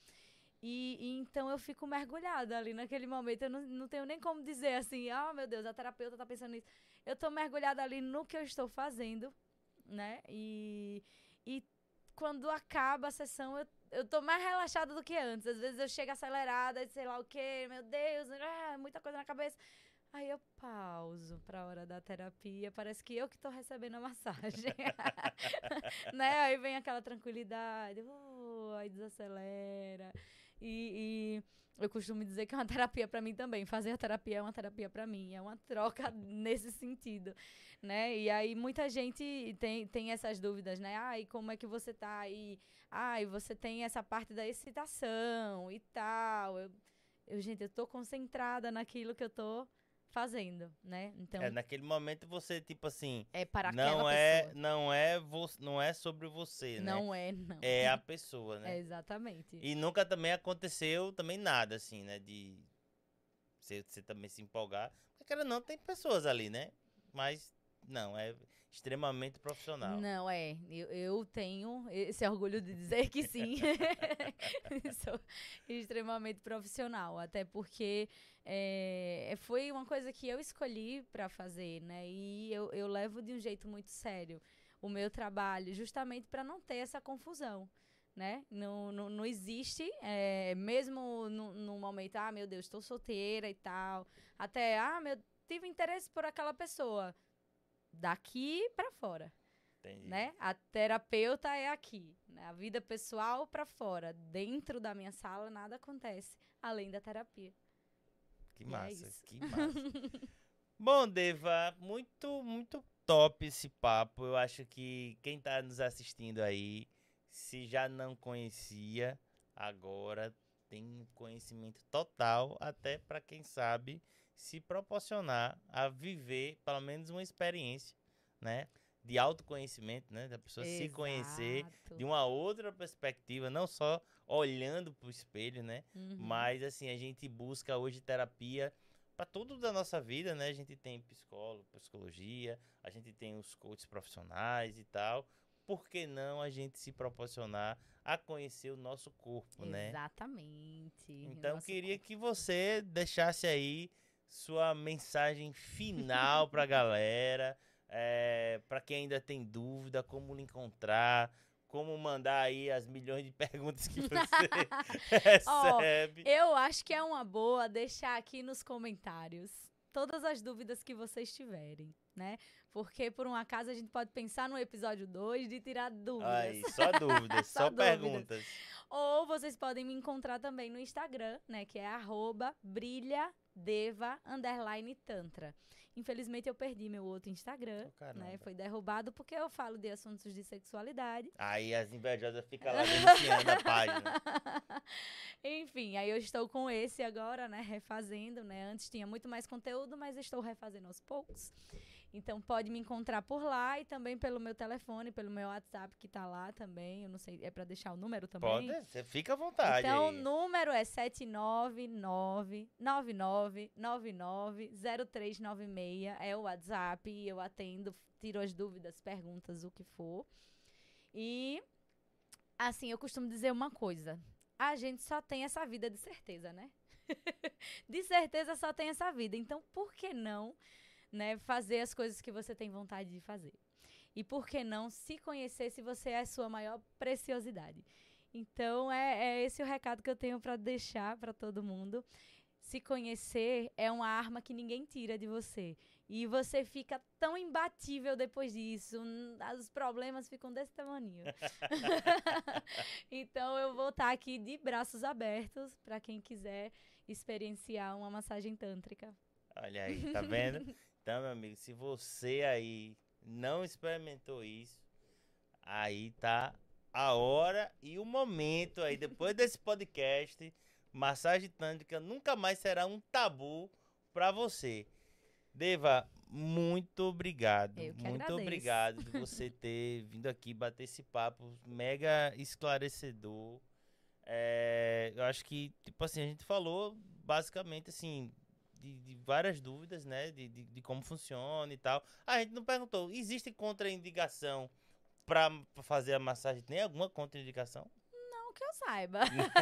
Speaker 2: E, e então eu fico mergulhada ali naquele momento. Eu não, não tenho nem como dizer assim, ah, meu Deus, a terapeuta tá pensando nisso. Eu tô mergulhada ali no que eu estou fazendo, né? E, e quando acaba a sessão, eu, eu tô mais relaxada do que antes. Às vezes eu chego acelerada, sei lá o quê, meu Deus, ah, muita coisa na cabeça. Aí eu pauso pra hora da terapia, parece que eu que tô recebendo a massagem. Né? Aí vem aquela tranquilidade, oh, aí desacelera. E, e eu costumo dizer que é uma terapia pra mim também. Fazer a terapia é uma terapia pra mim, é uma troca nesse sentido, né? E aí muita gente tem, tem essas dúvidas, né? Ah, e como é que você tá aí? Ah, e você tem essa parte da excitação e tal. Eu, eu, gente, eu tô concentrada naquilo que eu tô fazendo, né?
Speaker 1: É,
Speaker 2: Então,
Speaker 1: naquele momento você, tipo assim,
Speaker 2: é para aquela
Speaker 1: não é,
Speaker 2: pessoa.
Speaker 1: não é, vo, não é sobre você, né?
Speaker 2: Não é, não.
Speaker 1: É a pessoa,
Speaker 2: É
Speaker 1: né?
Speaker 2: exatamente.
Speaker 1: E nunca também aconteceu também nada, assim, né? De você, você também se empolgar. Porque, querendo ou não, tem pessoas ali, né? Mas, não, é extremamente profissional.
Speaker 2: Não, é. Eu, eu tenho esse orgulho de dizer que sim. Sou extremamente profissional. Até porque é, foi uma coisa que eu escolhi para fazer, né? E eu, eu levo de um jeito muito sério o meu trabalho, justamente para não ter essa confusão. Né? Não, não, não existe, é, mesmo no, no momento, ah, meu Deus, estou solteira e tal, até, ah, meu, tive interesse por aquela pessoa, daqui para fora,
Speaker 1: Entendi.
Speaker 2: né? A terapeuta é aqui, né? A vida pessoal para fora, dentro da minha sala nada acontece além da terapia.
Speaker 1: Que
Speaker 2: E é
Speaker 1: massa,
Speaker 2: isso.
Speaker 1: que massa. Bom, Deva, muito, muito top esse papo. Eu acho que quem tá nos assistindo aí, se já não conhecia, agora tem conhecimento total, até para quem sabe se proporcionar a viver pelo menos uma experiência, né? De autoconhecimento, né? Da pessoa se conhecer de
Speaker 2: Exato.
Speaker 1: uma outra perspectiva, não só olhando pro espelho, né?
Speaker 2: Uhum.
Speaker 1: Mas assim, a gente busca hoje terapia para tudo da nossa vida, né? A gente tem psicólogo, psicologia, a gente tem os coaches profissionais e tal. Por que não a gente se proporcionar a conhecer o nosso corpo, né?
Speaker 2: Exatamente. O
Speaker 1: Então,
Speaker 2: nosso
Speaker 1: queria
Speaker 2: corpo.
Speaker 1: que você deixasse aí sua mensagem final para a galera, é, para quem ainda tem dúvida, como lhe encontrar, como mandar aí as milhões de perguntas que você
Speaker 2: Ó,
Speaker 1: recebe.
Speaker 2: eu acho que é uma boa deixar aqui nos comentários todas as dúvidas que vocês tiverem, né? Porque, por um acaso, a gente pode pensar no episódio dois de tirar dúvidas.
Speaker 1: Aí, só dúvidas, só,
Speaker 2: Só dúvidas.
Speaker 1: perguntas.
Speaker 2: Ou vocês podem me encontrar também no Instagram, né? Que é arroba brilhadeva underline tantra. Infelizmente, eu perdi meu outro Instagram,
Speaker 1: Oh,
Speaker 2: né? Foi derrubado porque eu falo de assuntos de sexualidade.
Speaker 1: Aí as invejosas ficam lá denunciando a página.
Speaker 2: Enfim, aí eu estou com esse agora, né? Refazendo, né? Antes tinha muito mais conteúdo, mas estou refazendo aos poucos. Então, pode me encontrar por lá e também pelo meu telefone, pelo meu WhatsApp, que tá lá também. Eu não sei, é para deixar o número também?
Speaker 1: Pode, você fica à vontade.
Speaker 2: Então,
Speaker 1: aí.
Speaker 2: o número é sete nove nove, nove nove nove nove, zero três nove seis. É o WhatsApp, eu atendo, tiro as dúvidas, perguntas, o que for. E, assim, eu costumo dizer uma coisa. A gente só tem essa vida de certeza, né? De certeza só tem essa vida. Então, por que não... né, fazer as coisas que você tem vontade de fazer. E por que não se conhecer se você é a sua maior preciosidade? Então, é, é esse o recado que eu tenho para deixar para todo mundo. Se conhecer é uma arma que ninguém tira de você. E você fica tão imbatível depois disso. Os problemas ficam desse tamanho. Então, eu vou estar aqui de braços abertos para quem quiser experienciar uma massagem tântrica.
Speaker 1: Olha aí, tá vendo? Então, meu amigo, se você aí não experimentou isso, aí tá a hora e o momento aí, depois desse podcast, massagem tântrica nunca mais será um tabu pra você. Deva, muito obrigado.
Speaker 2: Eu que
Speaker 1: muito
Speaker 2: agradeço.
Speaker 1: obrigado de você ter vindo aqui bater esse papo mega esclarecedor. É, eu acho que, tipo assim, a gente falou basicamente assim... De, de várias dúvidas, né, de, de, de como funciona e tal. Ah, a gente não perguntou, existe contraindicação para fazer a massagem? Tem alguma contraindicação?
Speaker 2: Não que eu saiba.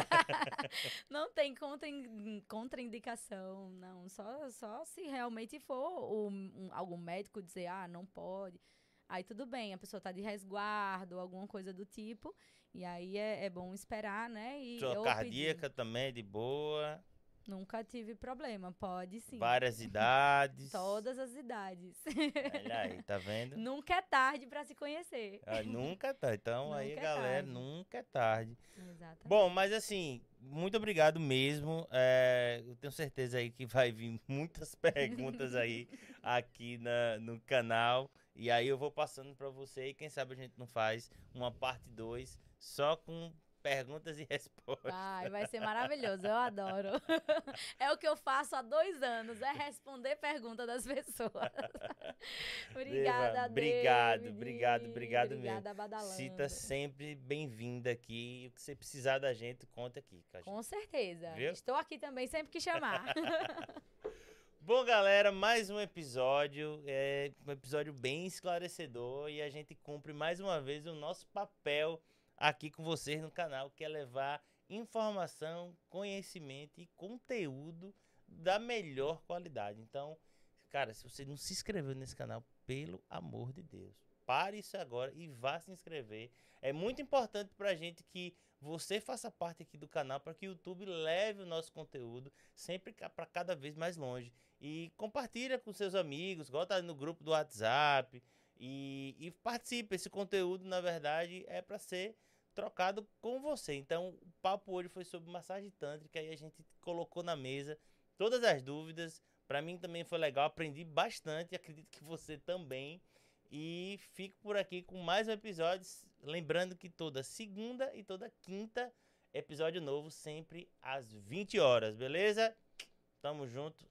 Speaker 2: Não tem contra, contraindicação, não. Só, só se realmente for um, um, algum médico dizer, ah, não pode. Aí tudo bem, a pessoa tá de resguardo, alguma coisa do tipo. E aí é, é bom esperar, né? E
Speaker 1: Sua cardíaca pedir. Também, de boa.
Speaker 2: Nunca tive problema, pode sim.
Speaker 1: Várias idades.
Speaker 2: Todas as idades.
Speaker 1: Olha aí, tá vendo?
Speaker 2: Nunca é tarde pra se conhecer.
Speaker 1: Ah, nunca é tarde. Então nunca aí, é galera, tarde. Nunca é tarde.
Speaker 2: Exatamente.
Speaker 1: Bom, mas assim, muito obrigado mesmo. É, eu tenho certeza aí que vai vir muitas perguntas aí aqui na, no canal. E aí eu vou passando pra você e quem sabe a gente não faz uma parte dois só com... perguntas e respostas.
Speaker 2: Ai, vai ser maravilhoso, eu adoro. É o que eu faço há dois anos, é responder perguntas das pessoas. Obrigada,
Speaker 1: Deva, Obrigado,
Speaker 2: David.
Speaker 1: obrigado, obrigado
Speaker 2: Obrigada,
Speaker 1: mesmo.
Speaker 2: Badalando.
Speaker 1: Cita sempre bem-vinda aqui. O que você precisar da gente, conta aqui. Com,
Speaker 2: com certeza.
Speaker 1: Viu?
Speaker 2: Estou aqui também sempre que chamar.
Speaker 1: Bom, galera, mais um episódio. É um episódio bem esclarecedor e a gente cumpre mais uma vez o nosso papel aqui com vocês no canal, que é levar informação, conhecimento e conteúdo da melhor qualidade. Então, cara, se você não se inscreveu nesse canal, pelo amor de Deus, pare isso agora e vá se inscrever. É muito importante pra gente que você faça parte aqui do canal para que o YouTube leve o nosso conteúdo sempre para cada vez mais longe. E compartilha com seus amigos, bota no grupo do WhatsApp e, e participe. Esse conteúdo, na verdade, é para ser trocado com você. Então, o papo hoje foi sobre massagem tântrica e a gente colocou na mesa todas as dúvidas. Para mim também foi legal, aprendi bastante, acredito que você também. E fico por aqui com mais um episódio, lembrando que toda segunda e toda quinta, episódio novo, sempre às vinte horas, beleza? Tamo junto,